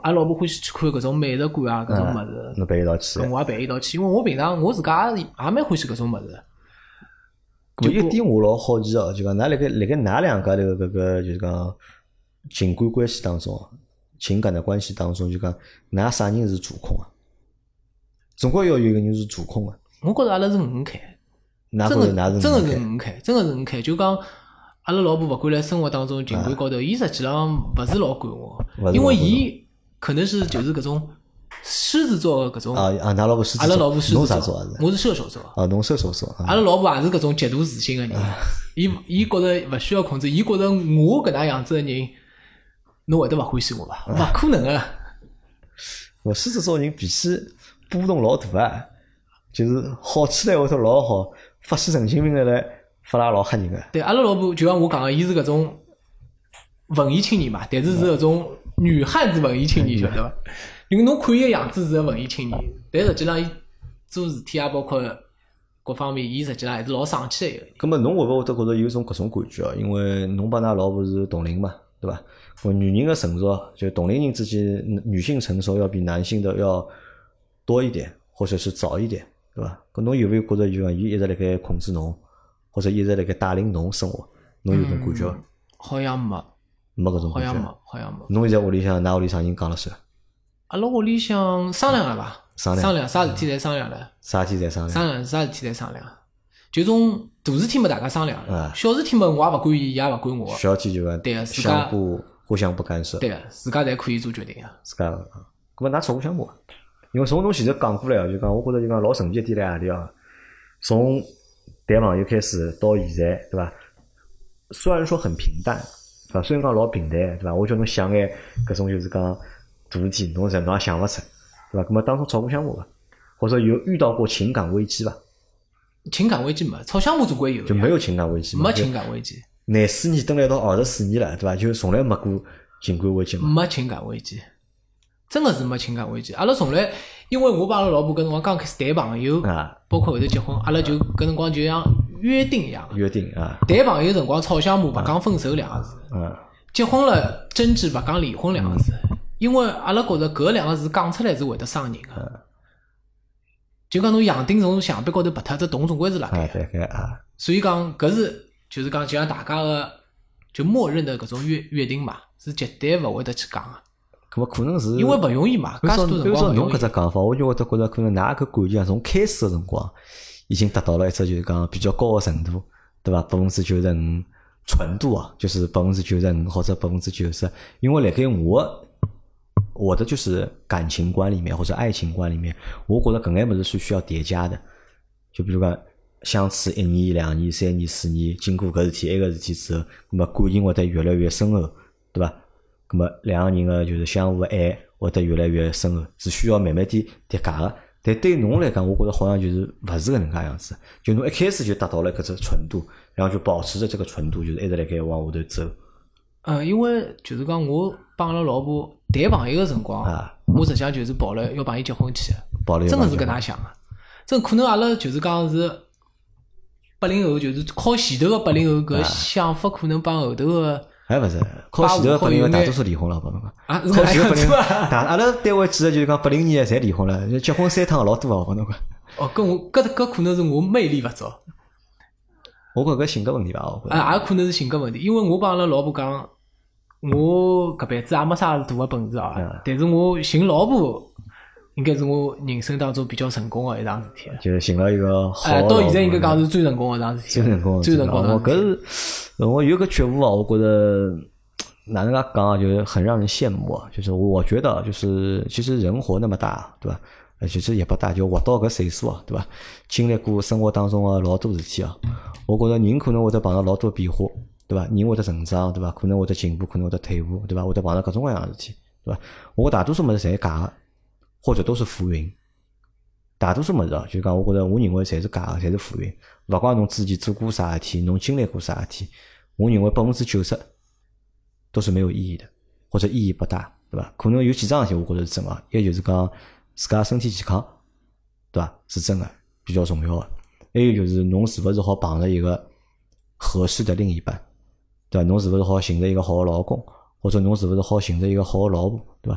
阿拉老婆欢喜去看搿种美术馆啊，搿种物事，
侬陪伊道去，
跟我也陪伊道去，因为我平常我自家也蛮欢喜搿种物事。
有一点我老好奇哦，就讲㑚辣盖㑚两家头搿个就是讲情感关系当中，情感的关系当中，就讲㑚啥人是主控啊？总归要有一个人是主控啊。
我觉着阿拉是五开，
真的
真的是五开，真的是五开。就讲阿拉老婆勿管辣生活当中情感高头，伊实际上勿是老管我，因为伊可能是就是搿种狮子座的搿种。
㑚老婆狮子座，
阿拉老婆狮子座，
侬啥座啊？
我是射手座。
侬射手座。
阿拉老婆也是搿种极度自信的人，伊觉着勿需要控制，伊觉着我搿能样子的人，侬会得勿欢喜我伐？勿可能个。
我狮子座人脾气波动老大啊，就是好起来会得老好，发起神经病来发啦老吓人个。
对，阿拉老婆就像我讲个，伊是搿种文艺青年嘛，但是是搿种女汉子文艺青年，晓得伐？因为侬看伊个样子是个文艺青年，但实际上伊做事体啊，包括各方面，伊实际上还是老爽气个一个人。
咁么侬会勿会得觉着有种搿种感觉啊？因为侬帮㑚老婆是同龄嘛，对伐？女人的成熟，就同龄人之间，女性成熟要比男性的要多一点，或者是早一点，对伐？搿侬有没有觉着就讲伊一直辣盖控制侬，或者一直辣盖带领侬生活？侬有种感觉伐？
好像没
搿种感觉。
好像没。
侬现在屋里向，㑚屋里向人讲了算？
阿拉屋里向商量了伐？
商
量，啥事体侪商量了。
啥事体侪商量？
啥事体侪商量。就种大事体嘛，大家商量；小事体嘛，我也勿管伊，伊也勿管我。
小事体就讲
对，自家
互相不干涉。
对，自家侪可以做决定啊。
自家，搿么㑚吵过相骂？因为从侬前头讲过来哦，就讲我觉着就讲老神奇一点辣何里啊？从谈朋友开始到现在，对伐？虽然说很平淡，对伐？虽然讲老平淡，对伐？我叫侬想眼搿种就是讲大事体，侬也想勿出，对伐？搿么当中吵过相骂伐？或者有遇到过情感危机伐？
情感危机没，吵相骂总归有。
就没有情感危机。
没情感危机。
24年蹲辣一道24年了，对伐？就从来没过情感危机嘛。
没情感危机，真的是没情感危机。阿拉从来，因为我帮阿拉老婆搿辰光刚开始谈朋友，包括后头结婚，阿拉就搿辰光就像约定一样。
约定啊。
谈朋友辰光吵相骂，勿讲分手两个字。结婚了争执，勿讲离婚两个字。因为阿拉觉着搿两个字讲出来是会得伤人个。就讲侬洋钉从墙壁高头拔脱，只洞总归是辣盖。所以讲搿是就是讲就像大家个就默认的搿种约定嘛，是绝对勿会得去讲个。
搿么可能是
因为勿容易嘛，介许多辰光勿容易。
侬搿只讲法，我就会得觉着可能㑚搿感情从开始个辰光已经达到了一只就是讲比较高个程度，对伐？95%纯度啊，就是95%或者90%，因为辣盖我的就是感情观里面或者爱情观里面，我觉得搿眼物事是需要叠加的。就比如讲相处1年、2年、3年、4年，经过搿事体、埃个事体之后，那么感情会得越来越深厚，对伐？那么两个人个就是相互爱会得越来越深厚，是需要慢慢点叠加个。但对侬来讲，我觉得好像就是勿是搿能介样子。就侬一开始就达到了搿只纯度，然后就保持着这个纯度，就是一直辣盖往下头走。
因为就是讲我帮阿拉老婆谈朋友个辰光，我实际上就是抱了要帮伊结婚去，真个是搿能想个。真可能阿拉就是讲是80后，就是靠前头个80后搿想法，可能帮后头个
还勿是靠前头个80后大多数离婚了，帮侬讲。靠前头80后，阿拉单位几个就是讲80年侪离婚了，结婚3趟老多啊，帮侬讲。
跟我搿可能是我魅力勿足。
我觉搿性格问题伐？我觉
也可能是性格问题，因为我帮阿拉老婆讲，我搿辈子也没啥大个本事啊，但是我寻老婆应该是我人生当中比较成功个一桩事体。
就是寻了一个好。
到现在应该讲是最成功个一桩事体。最成功。
搿是我有个觉悟啊，我觉得哪能介讲啊，就是很让人羡慕啊。就是我觉得就是其实人活那么大，对伐？其实也不大，就活到搿岁数啊，对伐？经历过生活当中个老多事体啊，我觉着人可能会得碰到老多变化，对伐？人会得成长，对伐？可能会得进步，可能会得退步，对伐？会得碰到各种各样的事体，对伐？我大多数物事侪假个，或者都是浮云。大多数物事啊，就讲我觉着我认为侪是假个，侪是浮云。勿管侬之前做过啥事体，侬经历过啥事体，我认为90%都是没有意义的，或者意义不大，对伐？可能有几桩事体我觉着是真个，一个就是讲自家身体健康，对伐？是真的比较重要的。还有就是侬是勿是好碰着一个合适的另一半，对伐？侬是勿是好寻着一个好的老公，或者侬是勿是好寻着一个好的老婆，对伐？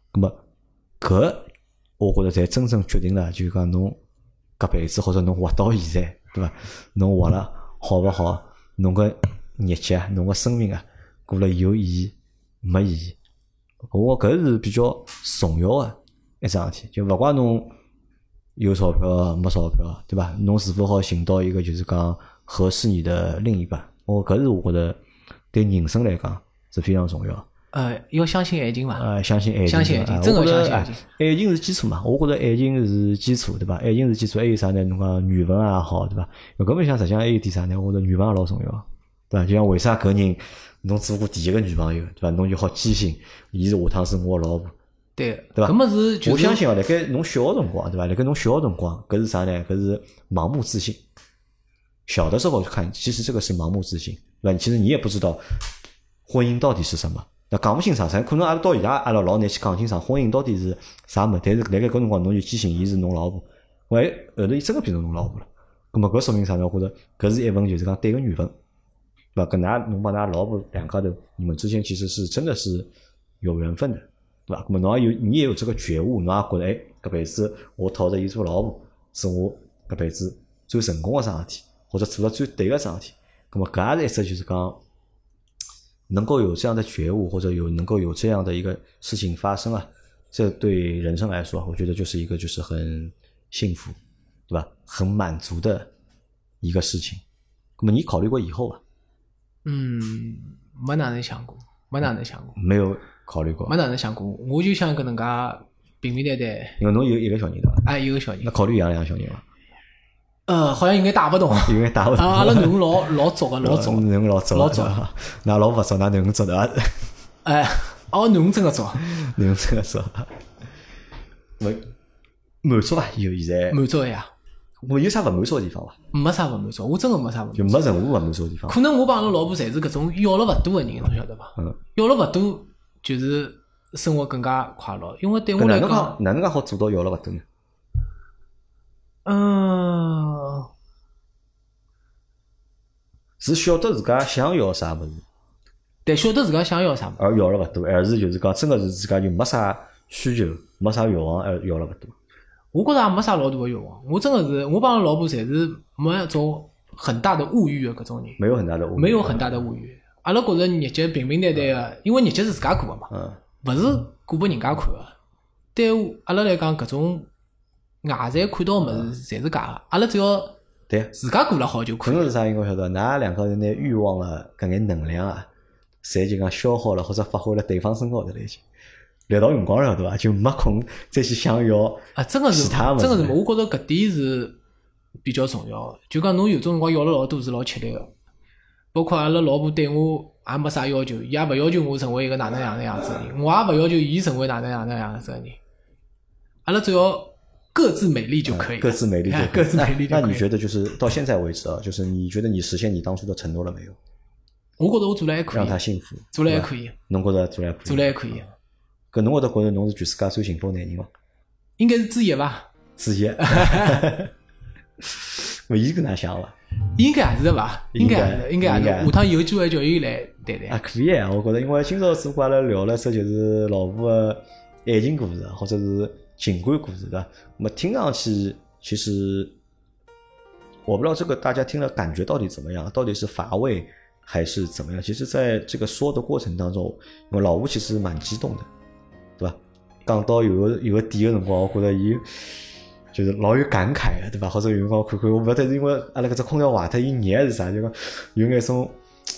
咁么搿我觉着才真正决定了，就是讲侬搿辈子或者侬活到现在，对伐？侬活了好勿好？侬个日脚，侬个生命啊，过了有意义没意义？我搿是比较重要的一桩事体，就勿怪侬有钞票没钞票，对伐？侬是否好寻到一个就是讲合适你的另一半？搿是我觉得对人生来讲是非常重要。
要相信爱情嘛？
相信爱情，
相信爱情，真的相信爱情。
爱情是基础嘛？我觉得爱情是基础，对伐？爱情是基础，还有啥呢？侬讲缘分也好，对伐？搿么想实际上还有点啥呢？我觉得缘分也老重要，对伐？就像为啥搿人侬做过第一个女朋友，对伐？侬就好坚信，伊是下趟是我老婆。
对
对伐？
搿么是就是
我相信辣盖侬小个辰光，对伐？辣盖侬小个辰光，搿是啥呢？搿是盲目自信。小的时候看，其实这个是盲目自信，对吧？其实你也不知道婚姻到底是什么。那讲不清爽，可能阿拉到现在阿拉老难去讲清爽婚姻到底是啥物事。但是辣盖搿辰光侬就坚信伊是侬老婆，喂，后头伊真个变成侬老婆了。咁么搿说明啥呢？或者搿是一份就是讲对个缘分，对吧？跟侬帮㑚老婆两家头，你们之间其实是真的是有缘分的，对吧？咁么侬你也有这个觉悟，侬也觉得搿辈子我讨着伊做老婆，是我搿辈子最成功个桩事体，或者做了最对个桩事体。咁么搿也是一只就是讲。能够有这样的觉悟，或者能够有这样的一个事情发生啊，这对人生来说，我觉得就是一个就是很幸福，对吧？很满足的一个事情。那么你考虑过以后啊？
没哪能想过，没哪能想过。
没有考虑过。
没哪能想过，我就想搿能介平平淡淡。
因为侬有一个小人对伐？
一个小人。
那考虑养两个小人伐？
好像应该打勿动，
应该打勿动。
阿拉囡恩老早个，老早，
囡恩老早，
老早。
㑚老勿早，㑚囡恩早对伐？
囡恩真个早，
囡恩真个早。满足伐？有现在
满足呀。
我有啥勿满足个地方伐？
没啥勿满足，我真个没啥勿满足。
就没任何勿满足个地方。
可能我帮阿拉老婆侪是搿种要了勿多个人，侬晓得伐？要了勿多，就是生活更加快乐。因为对我来讲，
哪能介好做到要了勿多呢？是晓得自家想要啥物事，
对，晓得自家想要啥物事，
而要了勿多，而是就是讲真个是自家就没啥需求，没啥欲望，而要了勿多。
我觉着也没啥老大个欲望，我真个是，我帮老婆侪是没一种很大的物欲的搿种人，
没有很大的物欲，
没有很大的物欲。阿拉觉着日脚平平淡淡个，因为日脚是自家过个嘛，勿是过拨人家看个。对阿拉来讲，搿种外在看到个物事侪是假个，阿拉只要
对
自家过了好就可以。
可能是啥？因为晓得，㑚两个人拿欲望个搿眼能量啊，侪就讲消耗了或者发挥了对方身高头了已经。立到辰光了，对伐？就没空再去想要
真个是，真个是，我觉着搿点是比较重要的。就讲侬有种辰光要了老多是老吃力个，包括阿拉老婆对我也没啥要求，伊也勿要求我成为一个哪能样子的人，我也勿要求伊成为哪能样子的人。阿拉只要各自美丽就可以，
各自美丽就可以。
各自美丽就可以。
那你觉得就是到现在为止啊，就是你觉得你实现你当初的承诺了没有？
我觉得我做了还可以，
让他幸福，
做了还可以。
侬觉得做了还可以？
做了还可以。
搿侬会得觉着侬是全世界最幸福的男人伐？
应该是之一伐？
之一。勿伊搿能想伐？
应该也是伐？应该也是。下趟有机会叫伊来谈谈。
可以啊，我觉着，因为今朝只不过阿拉聊了这就是老婆的爱情故事，或者是情感故事，对伐？那么听上去，其实我不知道这个大家听了感觉到底怎么样，到底是乏味还是怎么样？其实，在这个说的过程当中，因为老吴其实蛮激动的。对吧？讲到有个点的辰光，我觉得伊就是老有感慨的，对吧？或者有辰光看看，我勿晓得是因为阿拉搿只空调坏脱，伊热还是啥？就讲有眼种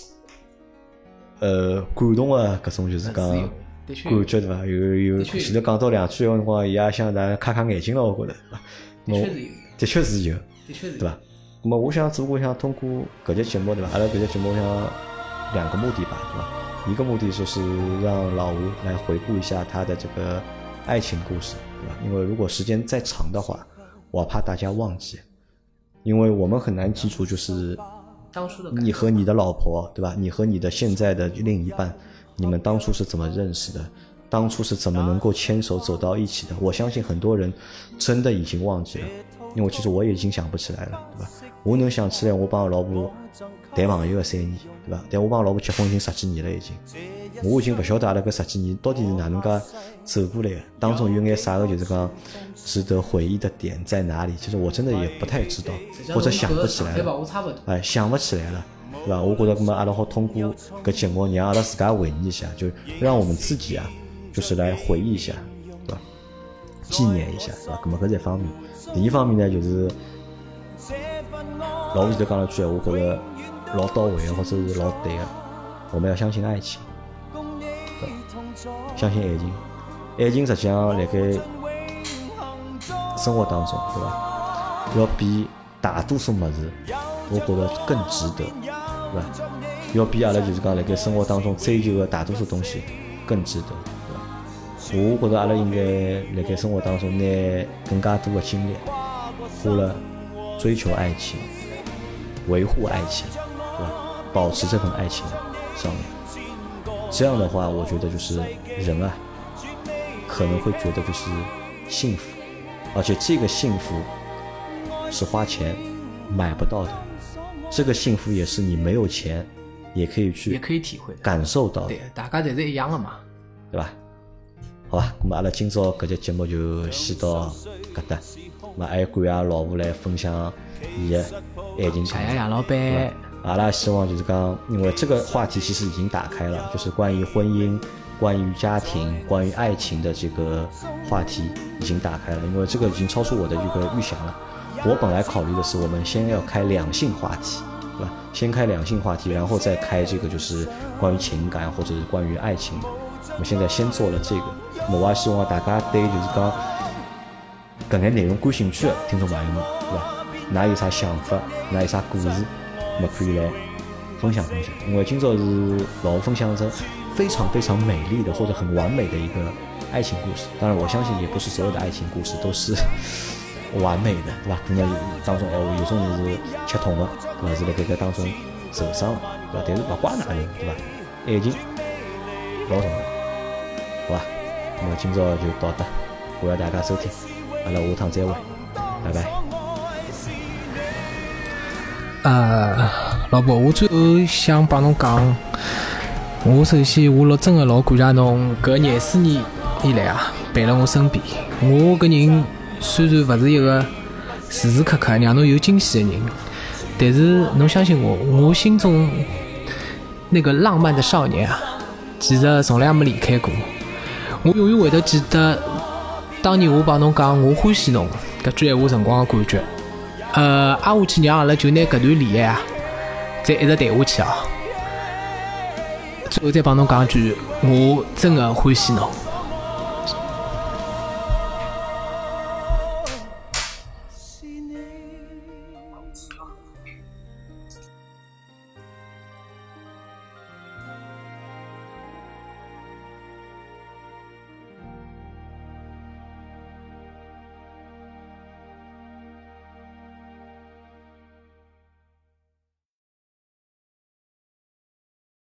感动的搿种，就是讲感觉，对伐？有前头讲到两句个辰光，伊也想大家开开眼睛了，我觉得，的确是有，对吧？那么我想，只不过想通过搿节节目，对吧？阿拉搿节节目，我想两个目的吧，对吧？一个目的就是让老吴来回顾一下他的这个爱情故事，对吧？因为如果时间再长的话，我怕大家忘记，因为我们很难记住，就是你和你的老婆，对吧？你和你的现在的另一半，你们当初是怎么认识的？当初是怎么能够牵手走到一起的？我相信很多人真的已经忘记了，因为其实我也已经想不起来了，对吧？我能想起来，我帮我老婆谈朋友的3年，对吧？但我帮我老婆结婚已经10几年了，已经， 我已经勿晓得阿拉搿10几年到底是哪能介走过来的，当中有眼啥个就是讲值得回忆的点在哪里？其实我真的也不太知道，或者想不起来了。哎，想不起来了，对吧？我觉得搿么阿拉好通过搿节目让阿拉自家回忆一下，就让我们自己啊，就是来回忆一下，对吧？纪念一下，对吧？搿么搿是一方面。第一方面呢，就是老吴前头讲了句，我觉得老到位的，或者是老对的，我们要相信爱情，对吧？相信爱情。爱情实际上辣盖生活当中，对吧？要比大多数物事，我觉得更值得，对吧？要比阿拉就是讲辣盖生活当中追求的大多数东西更值得，对吧？我觉得阿拉应该辣盖生活当中拿更加多的精力花了追求爱情、维护爱情，对吧？保持这份爱情上面。这样的话，我觉得就是人啊，可能会觉得就是幸福，而且这个幸福是花钱买不到的，这个幸福也是你没有钱也可以
体会
感受到的。
对，大家侪是一样的嘛，
对吧？好吧，那么阿拉今朝搿节节目就先到搿搭。那还要感谢老吴来分享伊的爱情。
谢谢杨老板。
阿拉希望就是讲，因为这个话题其实已经打开了，就是关于婚姻、关于家庭、关于爱情的这个话题已经打开了，因为这个已经超出我的这个预想了。我本来考虑的是，我们先要开两性话题，对吧？先开两性话题，然后再开这个就是关于情感或者是关于爱情的。我们现在先做了这个，那么我也希望大家对就是讲搿眼内容感兴趣的听众朋友们，对吧？㑚有啥想法，㑚有啥故事，那么可以来分享分享。因为今朝是老吴分享着非常非常美丽的或者很完美的一个爱情故事。当然，我相信也不是所有的爱情故事都是完美的，对吧？可能当中有种人是吃痛的，对吧？是辣盖当中受伤的，对吧？但是勿怪哪能，对吧？爱情老重要，好吧？那么今朝就到这，感谢大家收听，阿拉下趟再会，拜拜。
老婆，我最后想帮侬讲，我首先我真的老感谢侬搿24年以来啊陪辣我身边。我搿人虽然勿是一个时时刻刻让侬有惊喜的人，但是侬相信我，我心中那个浪漫的少年啊，其实从来没离开过。我永远会得记得当年我帮侬讲我欢喜侬搿句闲话辰光的感觉。挨下去让阿拉就拿搿段恋爱啊再一直谈下去啊。最后再帮侬讲句，我真的欢喜侬。